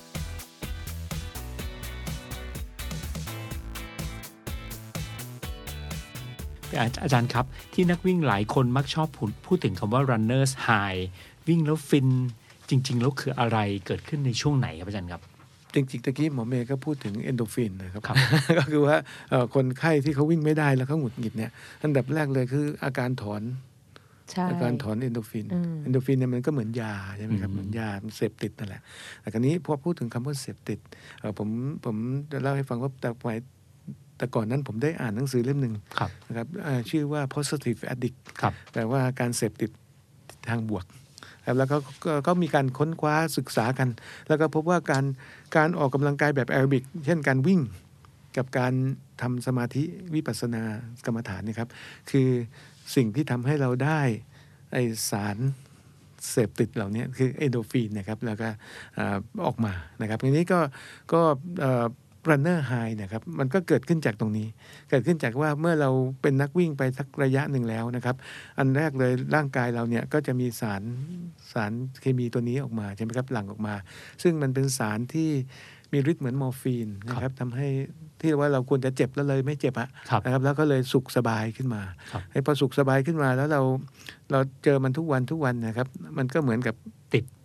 อาจารย์ครับที่นักวิ่งหลายคนมักชอบพูดถึงคำว่า runners high วิ่งแล้วฟินจริงๆแล้วคืออะไรเกิดขึ้นในช่วงไหนครับอาจารย์ครับจริงๆตะกี้หมอเมย์ก็พูดถึงเอนโดฟินนะครับ ก็คือว่าคนไข้ที่เขาวิ่งไม่ได้แล้วเขาหงุดหงิดเนี่ยอันดับแรกเลยคืออาการถอนอาการถอนเอนโดฟินเอนโดฟินเนี่ยมันก็เหมือนยาใช่ไหมครับเหมือนยาเสพติดนั่นแหละแต่คราวนี้พอพูดถึงคำว่าเสพติดผมผมจะเล่าให้ฟังว่าแต่สมัยแต่ก่อนนั้นผมได้อ่านหนังสือเล่มหนึ่งนะครับชื่อว่า positive addict แปลว่าการเสพติดทางบวกแล้วก็ก็มีการค้นคว้าศึกษากันแล้วก็พบว่าการการออกกำลังกายแบบแอโรบิกเช่นการวิ่งกับการทำสมาธิวิปัสสนากรรมฐานนี่ครับคือสิ่งที่ทำให้เราได้ไอสารเสพติดเหล่านี้คือเอนโดฟินนะครับแล้วก็ออกมานะครับทีนี้ก็ก็runner high นะครับมันก็เกิดขึ้นจากตรงนี้เกิดขึ้นจากว่าเมื่อเราเป็นนักวิ่งไปสักระยะหนึ่งแล้วนะครับอันแรกเลยร่างกายเราเนี่ยก็จะมีสารสารเคมีตัวนี้ออกมาใช่ไหมครับหลั่งออกมาซึ่งมันเป็นสารที่มีฤทธิ์เหมือนมอร์ฟีนนะครับทำให้ที่ว่าเราควรจะเจ็บแล้วเลยไม่เจ็บอะนะครับแล้วก็เลยสุขสบายขึ้นมาไอ้พอสุขสบายขึ้นมาแล้วเราเราเจอมันทุกวันทุกวันนะครับมันก็เหมือนกับติดติด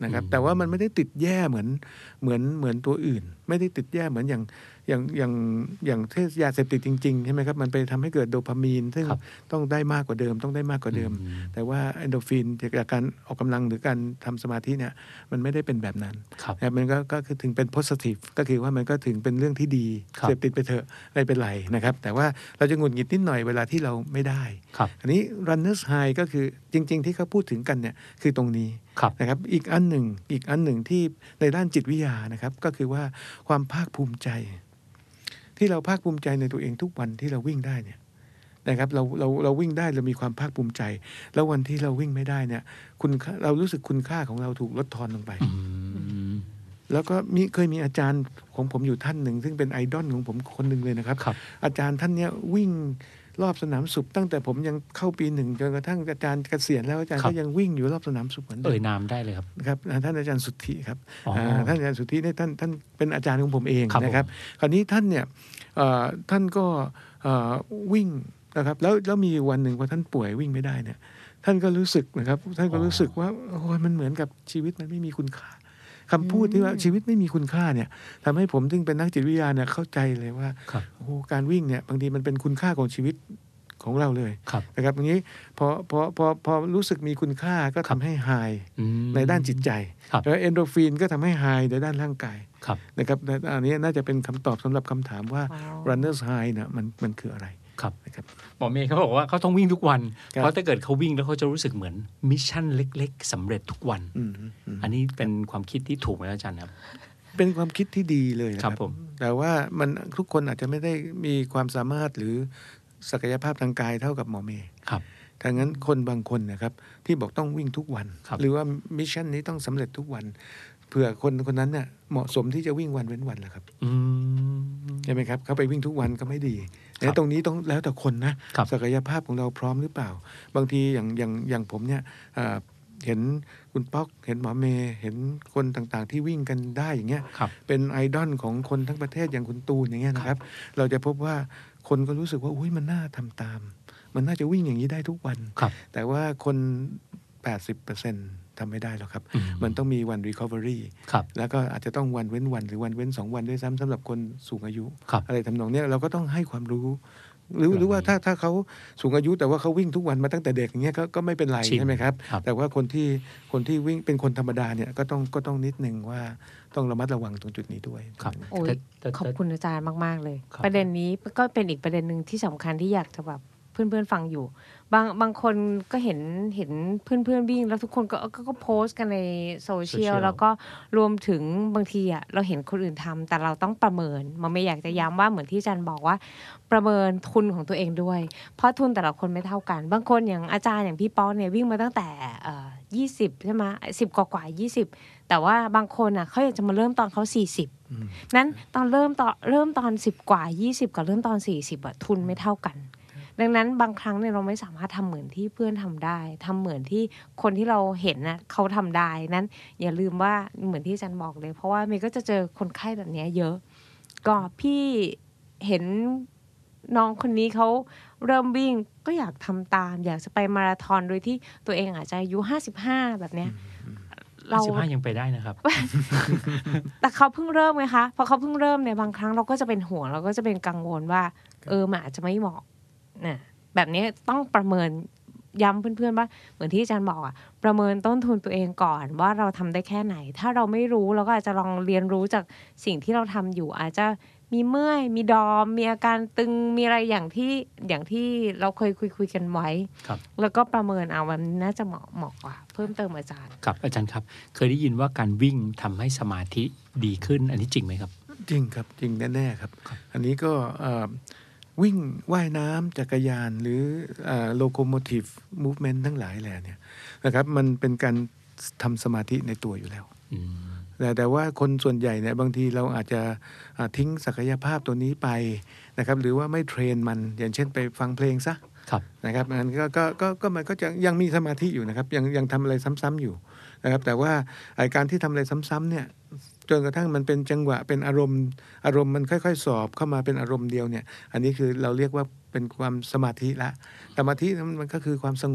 นะครับแต่ว่ามันไม่ได้ติดแย่เหมือนเหมือนเหมือนตัวอื่นไม่ได้ติดแย่เหมือนอย่างอย่างอย่างอย่างเทศยาเสพติดจริงๆใช่ไหมครับมันไปทำให้เกิดโดพามีนซึ่งต้องได้มากกว่าเดิมต้องได้มากกว่าเดิมแต่ว่าเอนโดรฟินจากการออกกำลังหรือการทำสมาธิเนี่ยมันไม่ได้เป็นแบบนั้นนะมันก็ก็คือถึงเป็น positive ก็คือว่ามันก็ถึงเป็นเรื่องที่ดีเสพติดไปเถอะไม่เป็นไรนะครับแต่ว่าเราจะหงุดหงิดนิดหน่อยเวลาที่เราไม่ได้อันนี้ runners high ก็คือจริงๆที่เขาพูดถึงกันเนี่ยคือตรงนี้นะครับอีกอันหนึ่งอีกอันหนึ่งที่ในด้านจิตวิทยานะครับก็คือว่าความภาคภูมิใจที่เราภาคภูมิใจในตัวเองทุกวันที่เราวิ่งได้เนี่ยนะครับเราเราเราวิ่งได้เรามีความภาคภูมิใจแล้ววันที่เราวิ่งไม่ได้เนี่ยคุณเรารู้สึกคุณค่าของเราถูกลดทอนลงไปแล้วก็มีเคยมีอาจารย์ของผมอยู่ท่านหนึ่งซึ่งเป็นไอดอลของผมคนหนึ่งเลยนะครับอาจารย์ท่านเนี้ยวิ่งรอบสนามสุขตั้งแต่ผมยังเข้าปีหนึ่งจนกระทั่งอาจารย์เกษียณแล้วอาจารย์ก็ยังวิ่งอยู่รอบสนามสุขเหมือนเดิมเอ่ยนามได้เลยครับครับท่านอาจารย์สุทธิครับท่านอาจารย์สุทธิเนี่ยท่านท่านเป็นอาจารย์ของผมเองนะครับคราวนี้ท่านเนี่ยท่านก็วิ่งนะครับแล้วแล้วมีวันหนึ่งพอท่านป่วยวิ่งไม่ได้เนี่ยท่านก็รู้สึกนะครับท่านก็รู้สึกว่าโอ้ยมันเหมือนกับชีวิตมันไม่มีคุณค่าคำพูดที่ว่าชีวิตไม่มีคุณค่าเนี่ยทำให้ผมซึ่งเป็นนักจิตวิทยาเนี่ยเข้าใจเลยว่าโอ้การวิ่งเนี่ยบางทีมันเป็นคุณค่าของชีวิตของเราเลยนะครับอย่างนี้พอพอพอพอรู้สึกมีคุณค่าก็ทำให้ไฮในด้านจิตใจแล้วเอนโดรฟินก็ทำให้ไฮในด้านร่างกายนะครับอันนี้น่าจะเป็นคำตอบสำหรับคำถามว่า runners high เนี่ยมันมันคืออะไรครับหมอเมย์เขาบอกว่าเขาต้องวิ่งทุกวันเพราะถ้าเกิดเขาวิ่งแล้วเขาจะรู้สึกเหมือนมิชชั่นเล็กๆสำเร็จทุกวัน อ, อันนี้เป็นความคิดที่ถูกไหมอาจารย์ครับเป็นความคิดที่ดีเลยนะครับแต่ว่ามันทุกคนอาจจะไม่ได้มีความสามารถหรือศักยภาพทางกายเท่ากับหมอเมย์ดังนั้นคนบางคนนะครับที่บอกต้องวิ่งทุกวันหรือว่ามิชชั่นนี้ต้องสำเร็จทุกวันเผื่อคนคนนั้นเนี่ยเหมาะสมที่จะวิ่งวันเว้นวันแหละครับใช่ไหมครับเขาไปวิ่งทุกวันก็ไม่ดีแต่ตรงนี้ต้องแล้วแต่คนนะศักยภาพของเราพร้อมหรือเปล่าบางทีอย่างอย่างอย่างผมเนี่ยเห็นคุณป๊อกเห็นหมอเมย์เห็นคนต่างๆที่วิ่งกันได้อย่างเงี้ยเป็นไอดอลของคนทั้งประเทศอย่างคุณตูนอย่างเงี้ยนะครับเราจะพบว่าคนก็รู้สึกว่าอุ้ยมันน่าทำตามมันน่าจะวิ่งอย่างนี้ได้ทุกวันแต่ว่าคน แปดสิบเปอร์เซ็นต์ ทำไม่ได้หรอกครับมันต้องมีวัน recovery แล้วก็อาจจะต้องวันเว้นวันหรือวันเว้นสองวันด้วยซ้ำสำหรับคนสูงอายุอะไรทำนองนี้เราก็ต้องให้ความรู้หรือหรือว่าถ้าถ้าเขาสูงอายุแต่ว่าเขาวิ่งทุกวันมาตั้งแต่เด็กอย่างเงี้ยก็ก็ไม่เป็นไรใช่ไหมครับแต่ว่าคนที่คนที่วิ่งเป็นคนธรรมดาเนี่ยก็ต้องก็ต้องนิดนึงว่าต้องระมัดระวังตรงจุดนี้ด้วยครับโอ้ยขอบคุณอาจารย์มากๆเลยประเด็นนี้ก็เป็นอีกประเด็นหนึ่งที่สำคัญที่อยากจะแบบเพื่อนๆฟังอยู่บางบางคนก็เห็นเห็นเพื่อนๆวิ่งแล้วทุกคนก็ก็ก็โพสต์กันในโซเชียลแล้วก็รวมถึงบางทีอ่ะเราเห็นคนอื่นทำแต่เราต้องประเมินมันไม่อยากจะย้ำว่าเหมือนที่อาจารย์บอกว่าประเมินทุนของตัวเองด้วยเพราะทุนแต่ละคนไม่เท่ากันบางคนอย่างอาจารย์อย่างพี่ป๊อกเนี่ยวิ่งมาตั้งแต่เอ่อยี่สิบใช่ไหมสิบกว่าๆยี่สิบแต่ว่าบางคนอ่ะเขาอยากจะมาเริ่มตอนเขาสี่สิบนั้นตอนเริ่มตอนเริ่มตอนสิบกว่ายี่สิบกับเริ่มตอนสี่สิบอ่ะทุนไม่เท่ากันดังนั้นบางครั้งเนี่ยเราไม่สามารถทำเหมือนที่เพื่อนทำได้ทำเหมือนที่คนที่เราเห็นนะเขาทำได้นั้นอย่าลืมว่าเหมือนที่อาจารย์บอกเลยเพราะว่าเมย์ก็จะเจอคนไข้แบบนี้เยอะก็พี่เห็นน้องคนนี้เขาเริ่มวิ่งก็อยากทำตามอยากจะไปมาราธอนโดยที่ตัวเองอาจจะอายุห้าสิบห้าแบบเนี้ยเราห้าสิบห้ายังไปได้นะครับแต่เขาเพิ่งเริ่มไงคะพอเขาเพิ่งเริ่มเนี่ยบางครั้งเราก็จะเป็นห่วงเราก็จะเป็นกังวลว่าเออมันอาจจะไม่เหมาะนะแบบนี้ต้องประเมินย้ำเพื่อนๆว่าเหมือนที่อาจารย์บอกอะประเมินต้นทุนตัวเองก่อนว่าเราทำได้แค่ไหนถ้าเราไม่รู้เราก็อาจจะลองเรียนรู้จากสิ่งที่เราทำอยู่อาจจะมีเมื่อยมีดอมมีอาการตึงมีอะไรอย่างที่อย่างที่เราเคยคุยคุยกันไว้แล้วก็ประเมินเอามันน่าจะเหมาะเหมาะกว่าเพิ่มเติมอาจารย์ครับอาจารย์ครับเคยได้ยินว่าการวิ่งทำให้สมาธิดีขึ้นอันนี้จริงไหมครับจริงครับจริงแน่ๆครับอันนี้ก็วิ่งว่ายน้ำจักรยานหรือโลโคโมทีฟมูฟเมนต์ทั้งหลายแหล่เนี่ยนะครับมันเป็นการทำสมาธิในตัวอยู่แล้วแต่แต่ว่าคนส่วนใหญ่เนี่ยบางทีเราอาจจะทิ้งศักยภาพตัวนี้ไปนะครับหรือว่าไม่เทรนมันอย่างเช่นไปฟังเพลงซะนะครับมันก็ก็ก็ก็มันก็จะยังมีสมาธิอยู่นะครับยังยังทำอะไรซ้ำๆอยู่นะครับแต่ว่าการที่ทำอะไรซ้ำๆเนี่ยจนกระทั่งมันเป็นจังหวะเป็นอารมณ์อารมณ์มันค่อยๆสอบเข้ามาเป็นอารมณ์เดียวเนี่ยอันนี้คือเราเรียกว่าเป็นความสมาธิละสมาธิมันก็คือความสงบ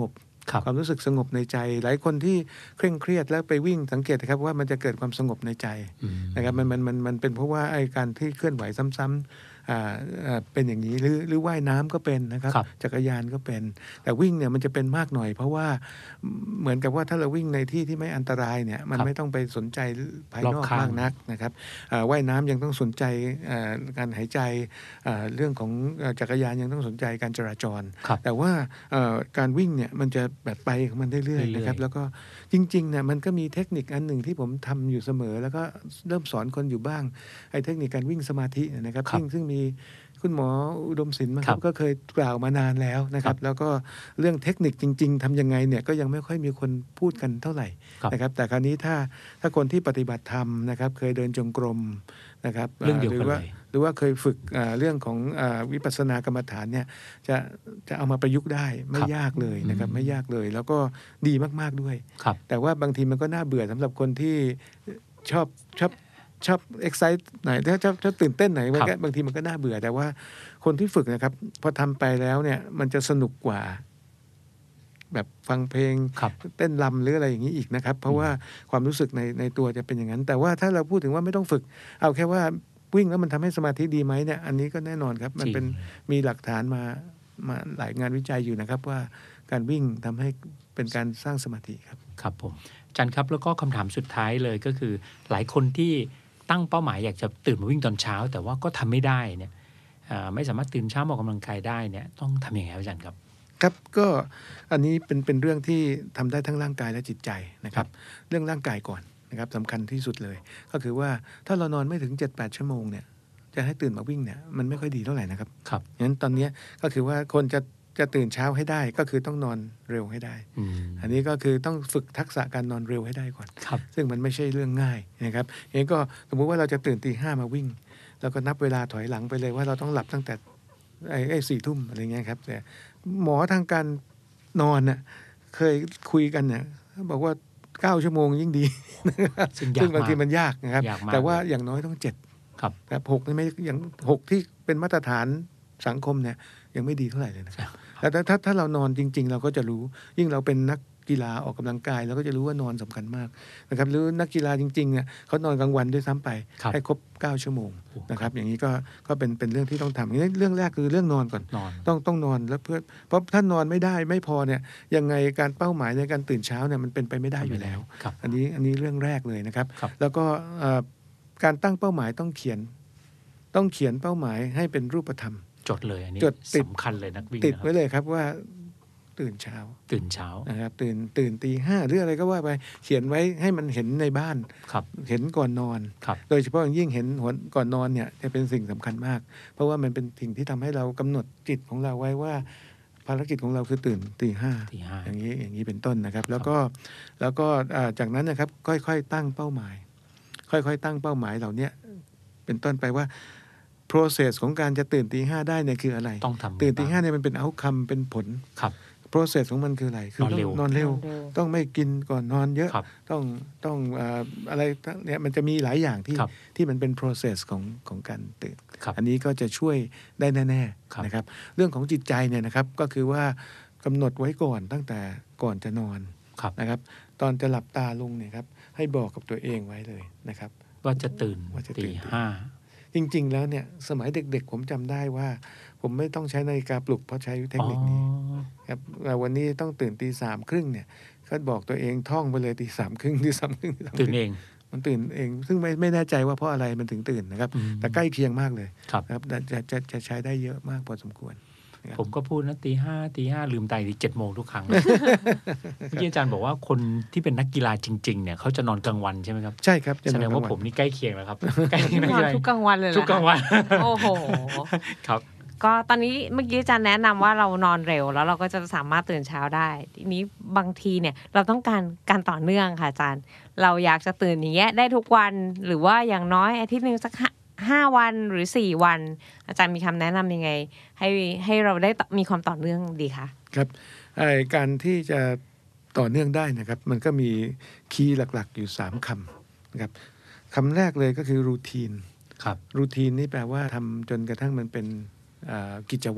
ความรู้สึกสงบในใจ หลายคนที่เคร่งเครียดแล้วไปวิ่งสังเกตนะครับว่ามันจะเกิดความสงบในใจนะครับมันมันมันมันเป็นเพราะว่าไอ้การที่เคลื่อนไหวซ้ำๆอ่าอ่าเป็นอย่างนี้หรือหรือว่ายน้ำก็เป็นนะครับจักรยานก็เป็นแต่วิ่งเนี่ยมันจะเป็นมากหน่อยเพราะว่าเหมือนกับว่าถ้าเราวิ่งในที่ที่ไม่อันตรายเนี่ยมันไม่ต้องไปสนใจภายนอกมากนักนะครับว่ายน้ำยังต้องสนใจการหายใจเรื่องของจักรยานยังต้องสนใจการจราจรแต่ว่าการวิ่งเนี่ยมันจะแบบไปของมันเรื่อยๆนะครับแล้วก็จริงๆเนี่ยมันก็มีเทคนิคอันหนึ่งที่ผมทำอยู่เสมอแล้วก็เริ่มสอนคนอยู่บ้างไอ้เทคนิคการวิ่งสมาธินะครับซึ่งซึ่งมีคุณหมออุดมศิลป์ครับก็เคยกล่าวมานานแล้วนะครับแล้วก็เรื่องเทคนิคจริงๆทำยังไงเนี่ยก็ยังไม่ค่อยมีคนพูดกันเท่าไหร่นะครับแต่คราวนี้ถ้าถ้าคนที่ปฏิบัติธรรมนะครับเคยเดินจงกรมนะครับหรือว่าหรือว่าเคยฝึกเรื่องของวิปัสสนากรรมฐานเนี่ยจะจะเอามาประยุกต์ได้ไม่ยากเลยนะครับไม่ยากเลยแล้วก็ดีมากๆด้วยแต่ว่าบางทีมันก็น่าเบื่อสำหรับคนที่ชอบชอบชอบเอ็กไซต์ไหนถ้าชอบชอบตื่นเต้นไหนบางบางทีมันก็น่าเบื่อแต่ว่าคนที่ฝึกนะครับพอทำไปแล้วเนี่ยมันจะสนุกกว่าแบบฟังเพลงเต้นรำหรืออะไรอย่างนี้อีกนะครับเพราะว่าความรู้สึกในในตัวจะเป็นอย่างนั้นแต่ว่าถ้าเราพูดถึงว่าไม่ต้องฝึกเอาแค่ว่าวิ่งแล้วมันทำให้สมาธิดีไหมเนี่ยอันนี้ก็แน่นอนครับมันเป็นมีหลักฐานมามาหลายงานวิจัยอยู่นะครับว่าการวิ่งทำให้เป็นการสร้างสมาธิครับครับผมอาจารย์ครับแล้วก็คำถามสุดท้ายเลยก็คือหลายคนที่ตั้งเป้าหมายอยากจะตื่นมาวิ่งตอนเช้าแต่ว่าก็ทำไม่ได้เนี่ยไม่สามารถตื่นเช้าออกกำลังกายได้เนี่ยต้องทำยังไงอาจารย์ครับครับก็อันนี้เป็นเป็นเรื่องที่ทำได้ทั้งร่างกายและจิตใจนะครับเรื่องร่างกายก่อนนะครับสำคัญที่สุดเลยก็คือว่าถ้าเรานอนไม่ถึง เจ็ดแปด ชั่วโมงเนี่ยจะให้ตื่นมาวิ่งเนี่ยมันไม่ค่อยดีเท่าไหร่นะครับครับงั้นตอนนี้ก็คือว่าคนจะจะตื่นเช้าให้ได้ก็คือต้องนอนเร็วให้ได้อันนี้ก็คือต้องฝึกทักษะการนอนเร็วให้ได้ก่อนซึ่งมันไม่ใช่เรื่องง่ายนะครับเองก็สมมุติว่าเราจะตื่นตีห้ามาวิ่งแล้วก็นับเวลาถอยหลังไปเลยว่าเราต้องหลับตั้งแต่ไอ้ไอ้สี่ทุ่มอะไรเงี้ยครับแต่หมอทางการนอนน่ะเคยคุยกันเนี่ยบอกว่าเก้าชั่วโมงยิ่งดีซึ่งบางทีมันยากนะครับแต่ว่าอย่างน้อยต้องเจ็ดครับแต่หกนี่ไม่อย่างหกที่เป็นมาตรฐานสังคมเนี่ยยังไม่ดีเท่าไหร่เลยนะครับแต่ถ้าถ้าเรานอนจริงๆเราก็จะรู้ยิ่งเราเป็นนักกีฬาออกกำลังกายเราก็จะรู้ว่านอนสำคัญมากนะครับหรือนักกีฬาจริงๆเนี่ยเขานอนกลางวันด้วยซ้ำไปให้ครบเก้าชั่วโมงนะครับอย่างนี้ก็ก็เป็นเป็นเรื่องที่ต้องทำอย่างนี้เรื่องแรกคือเรื่องนอนก่อนต้องต้องนอนแล้วเพื่อเพราะถ้านอนไม่ได้ไม่พอเนี่ยยังไงการเป้าหมายในการตื่นเช้าเนี่ยมันเป็นไปไม่ได้อยู่แล้วอันนี้อันนี้เรื่องแรกเลยนะครับแล้วก็การตั้งเป้าหมายต้องเขียนต้องเขียนเป้าหมายให้เป็นรูปธรรมจดเลยอันนี้สำคัญเลยนักวิ่งติดไว้เลยครับว่าตื่นเช้าตื่นเช้านะครับตื่นตื่นตีห้าหรืออะไรก็ว่าไปเขียนไว้ให้มันเห็นในบ้านเห็นก่อนนอนโดยเฉพาะอย่างยิ่งเห็นก่อนนอนเนี่ยจะเป็นสิ่งสำคัญมากเพราะว่ามันเป็นสิ่งที่ทำให้เรากำหนดจิตของเราไว้ว่าภารกิจของเราคือตื่นตีห้าอย่างนี้อย่างนี้เป็นต้นนะครับแล้วก็แล้วก็จากนั้นนะครับค่อยๆตั้งเป้าหมายค่อยๆตั้งเป้าหมายเหล่านี้เป็นต้นไปว่า process ของการจะตื่นตีห้าได้เนี่ยคืออะไรต้องทำตื่นตีห้าเนี่ยมันเป็น outcome เป็นผลครับ process ของมันคืออะไรคือนอนเร็วนอนเร็วต้องไม่กินก่อนนอนเยอะต้องต้องอะไรเนี่ยมันจะมีหลายอย่างที่ที่มันเป็น process ของของการตื่นอันนี้ก็จะช่วยได้แน่ๆนะครับเรื่องของจิตใจเนี่ยนะครับก็คือว่ากำหนดไว้ก่อนตั้งแต่ก่อนจะนอนนะครับตอนจะหลับตาลงเนี่ยครับให้บอกกับตัวเองไว้เลยนะครับว่าจะตื่นตีห้าจริงๆแล้วเนี่ยสมัยเด็กๆผมจำได้ว่าผมไม่ต้องใช้นาฬิกาปลุกเพราะใช้เทคนิคนี้ครับวันนี้ต้องตื่นตีสามครึ่งเนี่ยก็บอกตัวเองท่องไปเลยตีสามครึ่งตีสามครึ่งตื่นเองมันตื่นเองซึ่งไม่ไม่แน่ใจว่าเพราะอะไรมันถึงตื่นนะครับแต่ใกล้เคียงมากเลยครับจะจะจะใช้ได้เยอะมากพอสมควรผมก็พูดนะตีห้าตีห้าลืมตาตีเจ็ดโมงทุกครั้ง เมื่อกี้อาจารย์บอกว่าคนที่เป็นนักกีฬาจริงๆเนี่ยเขาจะนอนกลางวันใช่ไหมครับใช่ครับแสดงว่าผมนี่ใกล้เคียงแล้วครับใกล้เคียงทุกกลางวันเลยทุกกลางวันโอ้โหครับก็ตอนนี้เมื่อกี้อาจารย์แนะนำว่าเรานอนเร็วแล้วเราก็จะสามารถตื่นเช้าได้ทีนี้บางทีเนี่ยเราต้องการการต่อเนื่องค่ะอาจารย์เราอยากจะตื่นอย่างเงี้ยได้ทุกวันหรือว่าอย่างน้อยอาทิตย์นึงสักห้าวันหรือสี่วันอาจารย์มีคำแนะนำยังไงให้ให้เราได้มีความต่อเนื่องดีคะครับการที่จะต่อเนื่องได้นะครับมันก็มีคีย์หลักๆอยู่สามคำนะครับคำแรกเลยก็คือรูทีนครับรูทีนนี่แปลว่าทำจนกระทั่งมันเป็นกิจวัตร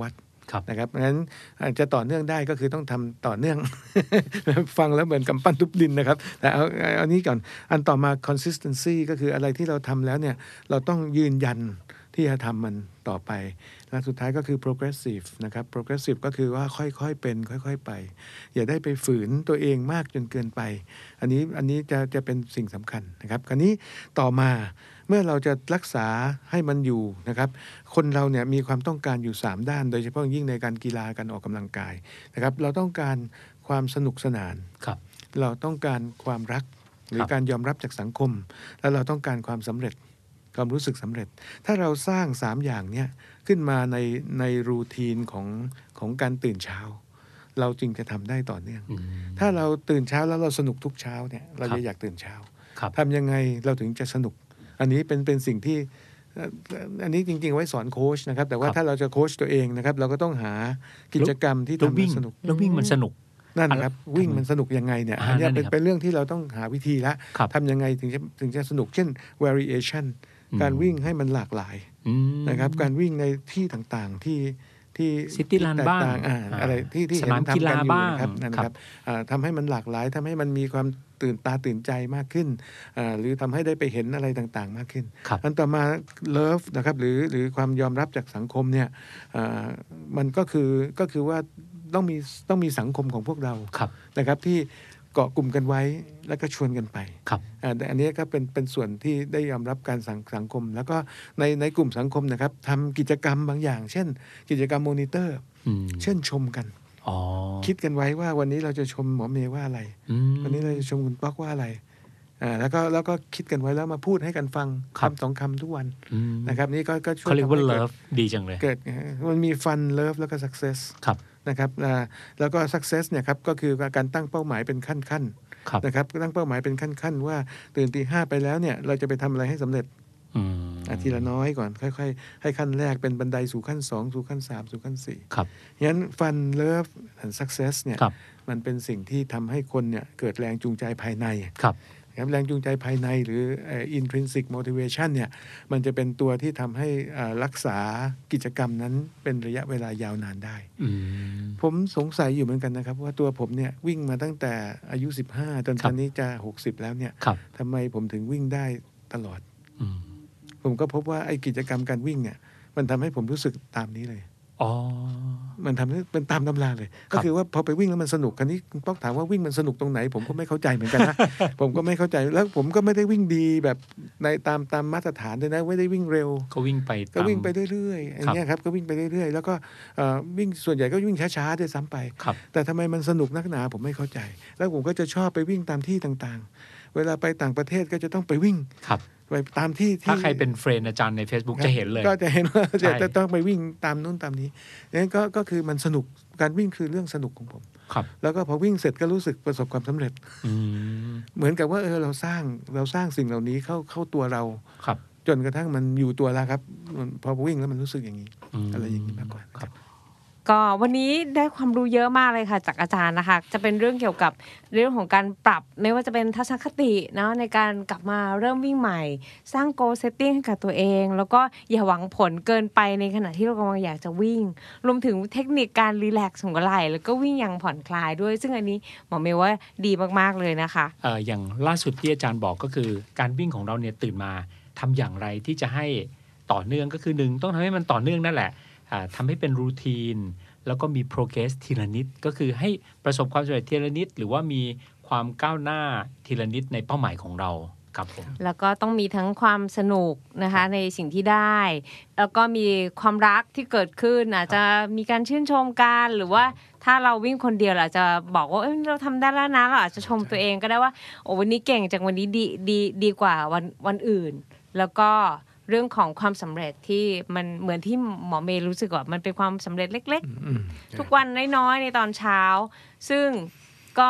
นะครับงั้นจะต่อเนื่องได้ก็คือต้องทำต่อเนื่อง ฟังแล้วเหมือนกำปั้นทุบดินนะครับแต่เอาเอานี้ก่อนอันต่อมา consistency ก็คืออะไรที่เราทำแล้วเนี่ยเราต้องยืนยันที่จะทำมันต่อไปและสุดท้ายก็คือ progressive นะครับ progressive ก็คือว่าค่อยๆเป็นค่อยๆไปอย่าได้ไปฝืนตัวเองมากจนเกินไปอันนี้อันนี้จะจะเป็นสิ่งสำคัญนะครับคราวนี้ต่อมาเมื่อเราจะรักษาให้มันอยู่นะครับคนเราเนี่ยมีความต้องการอยู่สามด้านโดยเฉพาะยิ่งในการกีฬาการออกกำลังกายนะครับเราต้องการความสนุกสนานเราต้องการความรักหรือการยอมรับจากสังคมและเราต้องการความสำเร็จความรู้สึกสำเร็จถ้าเราสร้างสามอย่างเนี้ยขึ้นมาในในรูทีนของของการตื่นเช้าเราจึงจะทำได้ต่อเนื่องถ้าเราตื่นเช้าแล้วเราสนุกทุกเช้าเนี่ยเราจะอยากตื่นเช้าทำยังไงเราถึงจะสนุกอันนี้เป็นเป็นสิ่งที่อันนี้จริงๆไว้สอนโค้ชนะครับแต่ว่าถ้าเราจะโค้ชตัวเองนะครับเราก็ต้องหากิจกรรมที่ทำให้สนุกแล้ววิ่งมันสนุกนั่นครับวิ่งมันสนุกยังไงเนี่ยอันนี้เป็นเป็นเรื่องที่เราต้องหาวิธีละทำยังไงถึงจะถึงจะสนุกเช่น variation การวิ่งให้มันหลากหลายนะครับการวิ่งในที่ต่างๆที่ที่ซิตี้รันบ้างอะไรที่ที่เห็นทำกันอยู่นะครับนะครับทำให้มันหลากหลายทำให้มันมีความตื่นตาตื่นใจมากขึ้นหรือทำให้ได้ไปเห็นอะไรต่างๆมากขึ้นอันต่อมาเลิฟนะครับหรือหรือความยอมรับจากสังคมเนี่ยมันก็คือก็คือว่าต้องมีต้องมีสังคมของพวกเรานะครับที่เกาะกลุ่มกันไว้แล้วก็ชวนกันไปอันนี้ก็เป็นเป็นส่วนที่ได้ยอมรับการสังสังคมแล้วก็ในในกลุ่มสังคมนะครับทำกิจกรรมบางอย่างเช่นกิจกรรมโมนิเตอร์เช่นชมกันคิดกันไว้ว่าวันนี้เราจะชมหมอเมย์ว่าอะไรวันนี้เราจะชมคุณป๊อกว่าอะไรอ่าแล้วก็แล้วก็คิดกันไว้แล้วมาพูดให้กันฟังคำสองคำทุกวันนะครับนี่ก็ก็ช่วยเขาเรียกว่าเลิฟดีจังเลยเกิดมันมีฟันเลิฟแล้วก็สักเซสนะครับแล้วก็ success เนี่ยครับก็คือการตั้งเป้าหมายเป็นขั้นๆนะครับตั้งเป้าหมายเป็นขั้นๆว่าตื่นตีห้าไปแล้วเนี่ยเราจะไปทำอะไรให้สำเร็จทีละน้อยก่อนค่อยๆให้ขั้นแรกเป็นบันไดสู่ขั้นสองสู่ขั้นสามสู่ขั้นสี่งั้น fun love and success เนี่ยมันเป็นสิ่งที่ทำให้คนเนี่ยเกิดแรงจูงใจภายในแรงจูงใจภายในหรือ intrinsic motivation เนี่ยมันจะเป็นตัวที่ทำให้รักษากิจกรรมนั้นเป็นระยะเวลายาวนานได้ผมสงสัยอยู่เหมือนกันนะครับว่าตัวผมเนี่ยวิ่งมาตั้งแต่อายุสิบห้าจนตอนนี้จะหกสิบแล้วเนี่ยทำไมผมถึงวิ่งได้ตลอดผมก็พบว่าไอ้กิจกรรมการวิ่งเนี่ยมันทำให้ผมรู้สึกตามนี้เลยอ๋อมันทำให้เป็นตามตำราเลยก็คือว่าพอไปวิ่งแล้วมันสนุกคราวนี้ป๊อกถามว่าวิ่งมันสนุกตรงไหนผมก็ไม่เข้าใจเหมือนกันนะ ผมก็ไม่เข้าใจแล้วผมก็ไม่ได้วิ่งดีแบบในตามตามมาตรฐานเลยนะไม่ได้วิ่งเร็วก็วิ่งไปก็วิ่งไปเรื่อยๆอย่างเงี้ยครับก็วิ่งไปเรื่อยๆแล้วก็วิ่งส่วนใหญ่ก็วิ่งช้าๆด้วยซ้ำไปแต่ทำไมมันสนุกนักหนาผมไม่เข้าใจแล้วผมก็จะชอบไปวิ่งตามที่ต่างๆเวลาไปต่างประเทศก็จะต้องไปวิ่งไปตามที่ถ้าใครเป็นเฟรนด์อาจารย์ใน Facebook จะเห็นเลยก็จะเห็นว่าจะต้องไปวิ่งตามนู้นตามนี้นั่นก็ก็คือมันสนุกการวิ่งคือเรื่องสนุกของผมแล้วก็พอวิ่งเสร็จก็รู้สึกประสบความสำเร็จเหมือนกับว่าเออเราสร้างเราสร้างสิ่งเหล่านี้เข้าเข้าตัวเราจนกระทั่งมันอยู่ตัวแล้วครับพอวิ่งแล้วมันรู้สึกอย่างนี้อะไรอย่างนี้มากกว่าก็วันนี้ได้ความรู้เยอะมากเลยค่ะจากอาจารย์นะคะจะเป็นเรื่องเกี่ยวกับเรื่องของการปรับไม่ว่าจะเป็นทัศนคติเนาะในการกลับมาเริ่มวิ่งใหม่สร้าง goal setting ให้กับตัวเองแล้วก็อย่าหวังผลเกินไปในขณะที่เรากำลังอยากจะวิ่งรวมถึงเทคนิคการรีแลกซ์ของไหล่แล้วก็วิ่งอย่างผ่อนคลายด้วยซึ่งอันนี้หมอเมย์ว่าดีมากๆเลยนะคะเอ่ออย่างล่าสุดที่อาจารย์บอกก็คือการวิ่งของเราเนี่ยตื่นมาทำอย่างไรที่จะให้ต่อเนื่องก็คือหนึ่งต้องทำให้มันต่อเนื่องนั่นแหละทำให้เป็นรูทีนแล้วก็มี progress ทีละนิดก็คือให้ประสบความสำเร็จทีละนิดหรือว่ามีความก้าวหน้าทีละนิดในเป้าหมายของเราครับผมแล้วก็ต้องมีทั้งความสนุกนะคะในสิ่งที่ได้แล้วก็มีความรักที่เกิดขึ้นอาจจะมีการชื่นชมกันหรือว่าถ้าเราวิ่งคนเดียวเราจะบอกว่าเอ้ยเราทำได้แล้วนะเราอาจจะชมตัวเองก็ได้ว่าโอ้วันนี้เก่งจังวันนี้ดีดีดีกว่าวันวันอื่นแล้วก็เรื่องของความสำเร็จที่มันเหมือนที่หมอเมย์รู้สึกว่ามันเป็นความสำเร็จเล็กๆทุกวันน้อยๆในตอนเช้าซึ่งก็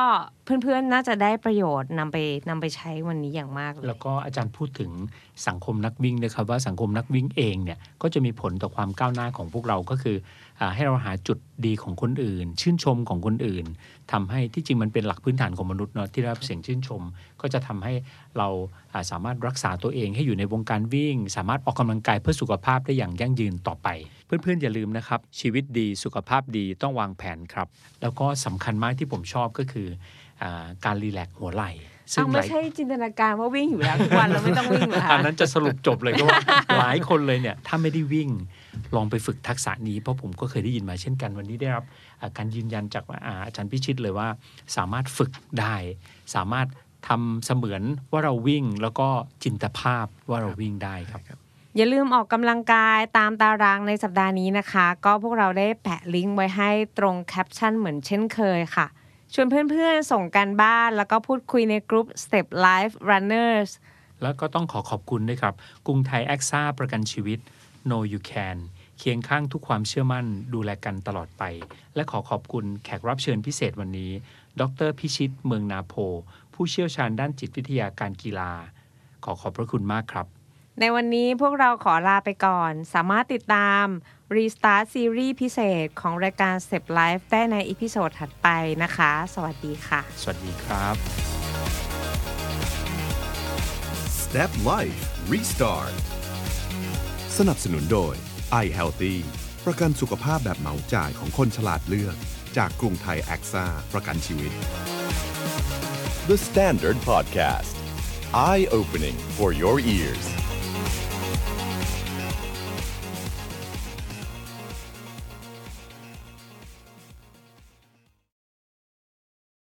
เพื่อนๆน่าจะได้ประโยชน์นำไปนำไปใช้วันนี้อย่างมากเลยแล้วก็อาจารย์พูดถึงสังคมนักวิ่งนะครับว่าสังคมนักวิ่งเองเนี่ยก็จะมีผลต่อความก้าวหน้าของพวกเราก็คือให้เราหาจุดดีของคนอื่นชื่นชมของคนอื่นทำให้ที่จริงมันเป็นหลักพื้นฐานของมนุษย์เนาะที่ได้รับเสียงชื่นชมก็จะทำให้เราสามารถรักษาตัวเองให้อยู่ในวงการวิ่งสามารถออกกำลังกายเพื่อสุขภาพได้อย่างยั่งยืนต่อไปเพื่อนๆอย่าลืมนะครับชีวิตดีสุขภาพดีต้องวางแผนครับแล้วก็สำคัญมากที่ผมชอบก็คือการรีแลกซ์หัวไหล่ซึ่งไม่ใช่จินตนาการว่าวิ่งอยู่แล้วทุกวันเราไม่ต้องวิ่งแล้วอันนั้นจะสรุปจบเลยก็ว่าหลายคนเลยเนี่ยถ้าไม่ได้วิ่งลองไปฝึกทักษะนี้เพราะผมก็เคยได้ยินมาเช่นกันวันนี้ได้รับการยืนยันจากอาจารย์พิชิตเลยว่าสามารถฝึกได้สามารถทำเสมือนว่าเราวิ่งแล้วก็จินตภาพว่าเราวิ่งได้ครับอย่าลืมออกกำลังกายตามตารางในสัปดาห์นี้นะคะก็พวกเราได้แปะลิงก์ไว้ให้ตรงแคปชั่นเหมือนเช่นเคยค่ะชวนเพื่อนๆส่งกันบ้านแล้วก็พูดคุยในกลุ่ม Step Life Runners แล้วก็ต้องขอขอบคุณด้วยครับกรุงไทยแอคซ่าประกันชีวิต Know You Can เคียงข้างทุกความเชื่อมั่นดูแลกันตลอดไปและขอขอบคุณแขกรับเชิญพิเศษวันนี้ดร.พิชิตเมืองนาโพผู้เชี่ยวชาญด้านจิตวิทยาการกีฬาขอขอบพระคุณมากครับในวันนี้พวกเราขอลาไปก่อนสามารถติดตาม Restart Series พิเศษของรายการ Step Life ได้ในอีพิโซดถัดไปนะคะสวัสดีค่ะสวัสดีครับ Step Life Restart สนับสนุนโดย iHealthy ประกันสุขภาพแบบเหมาจ่ายของคนฉลาดเลือกจากกรุงไทยแอคซ่าประกันชีวิต The Standard Podcast Eye Opening for Your Ears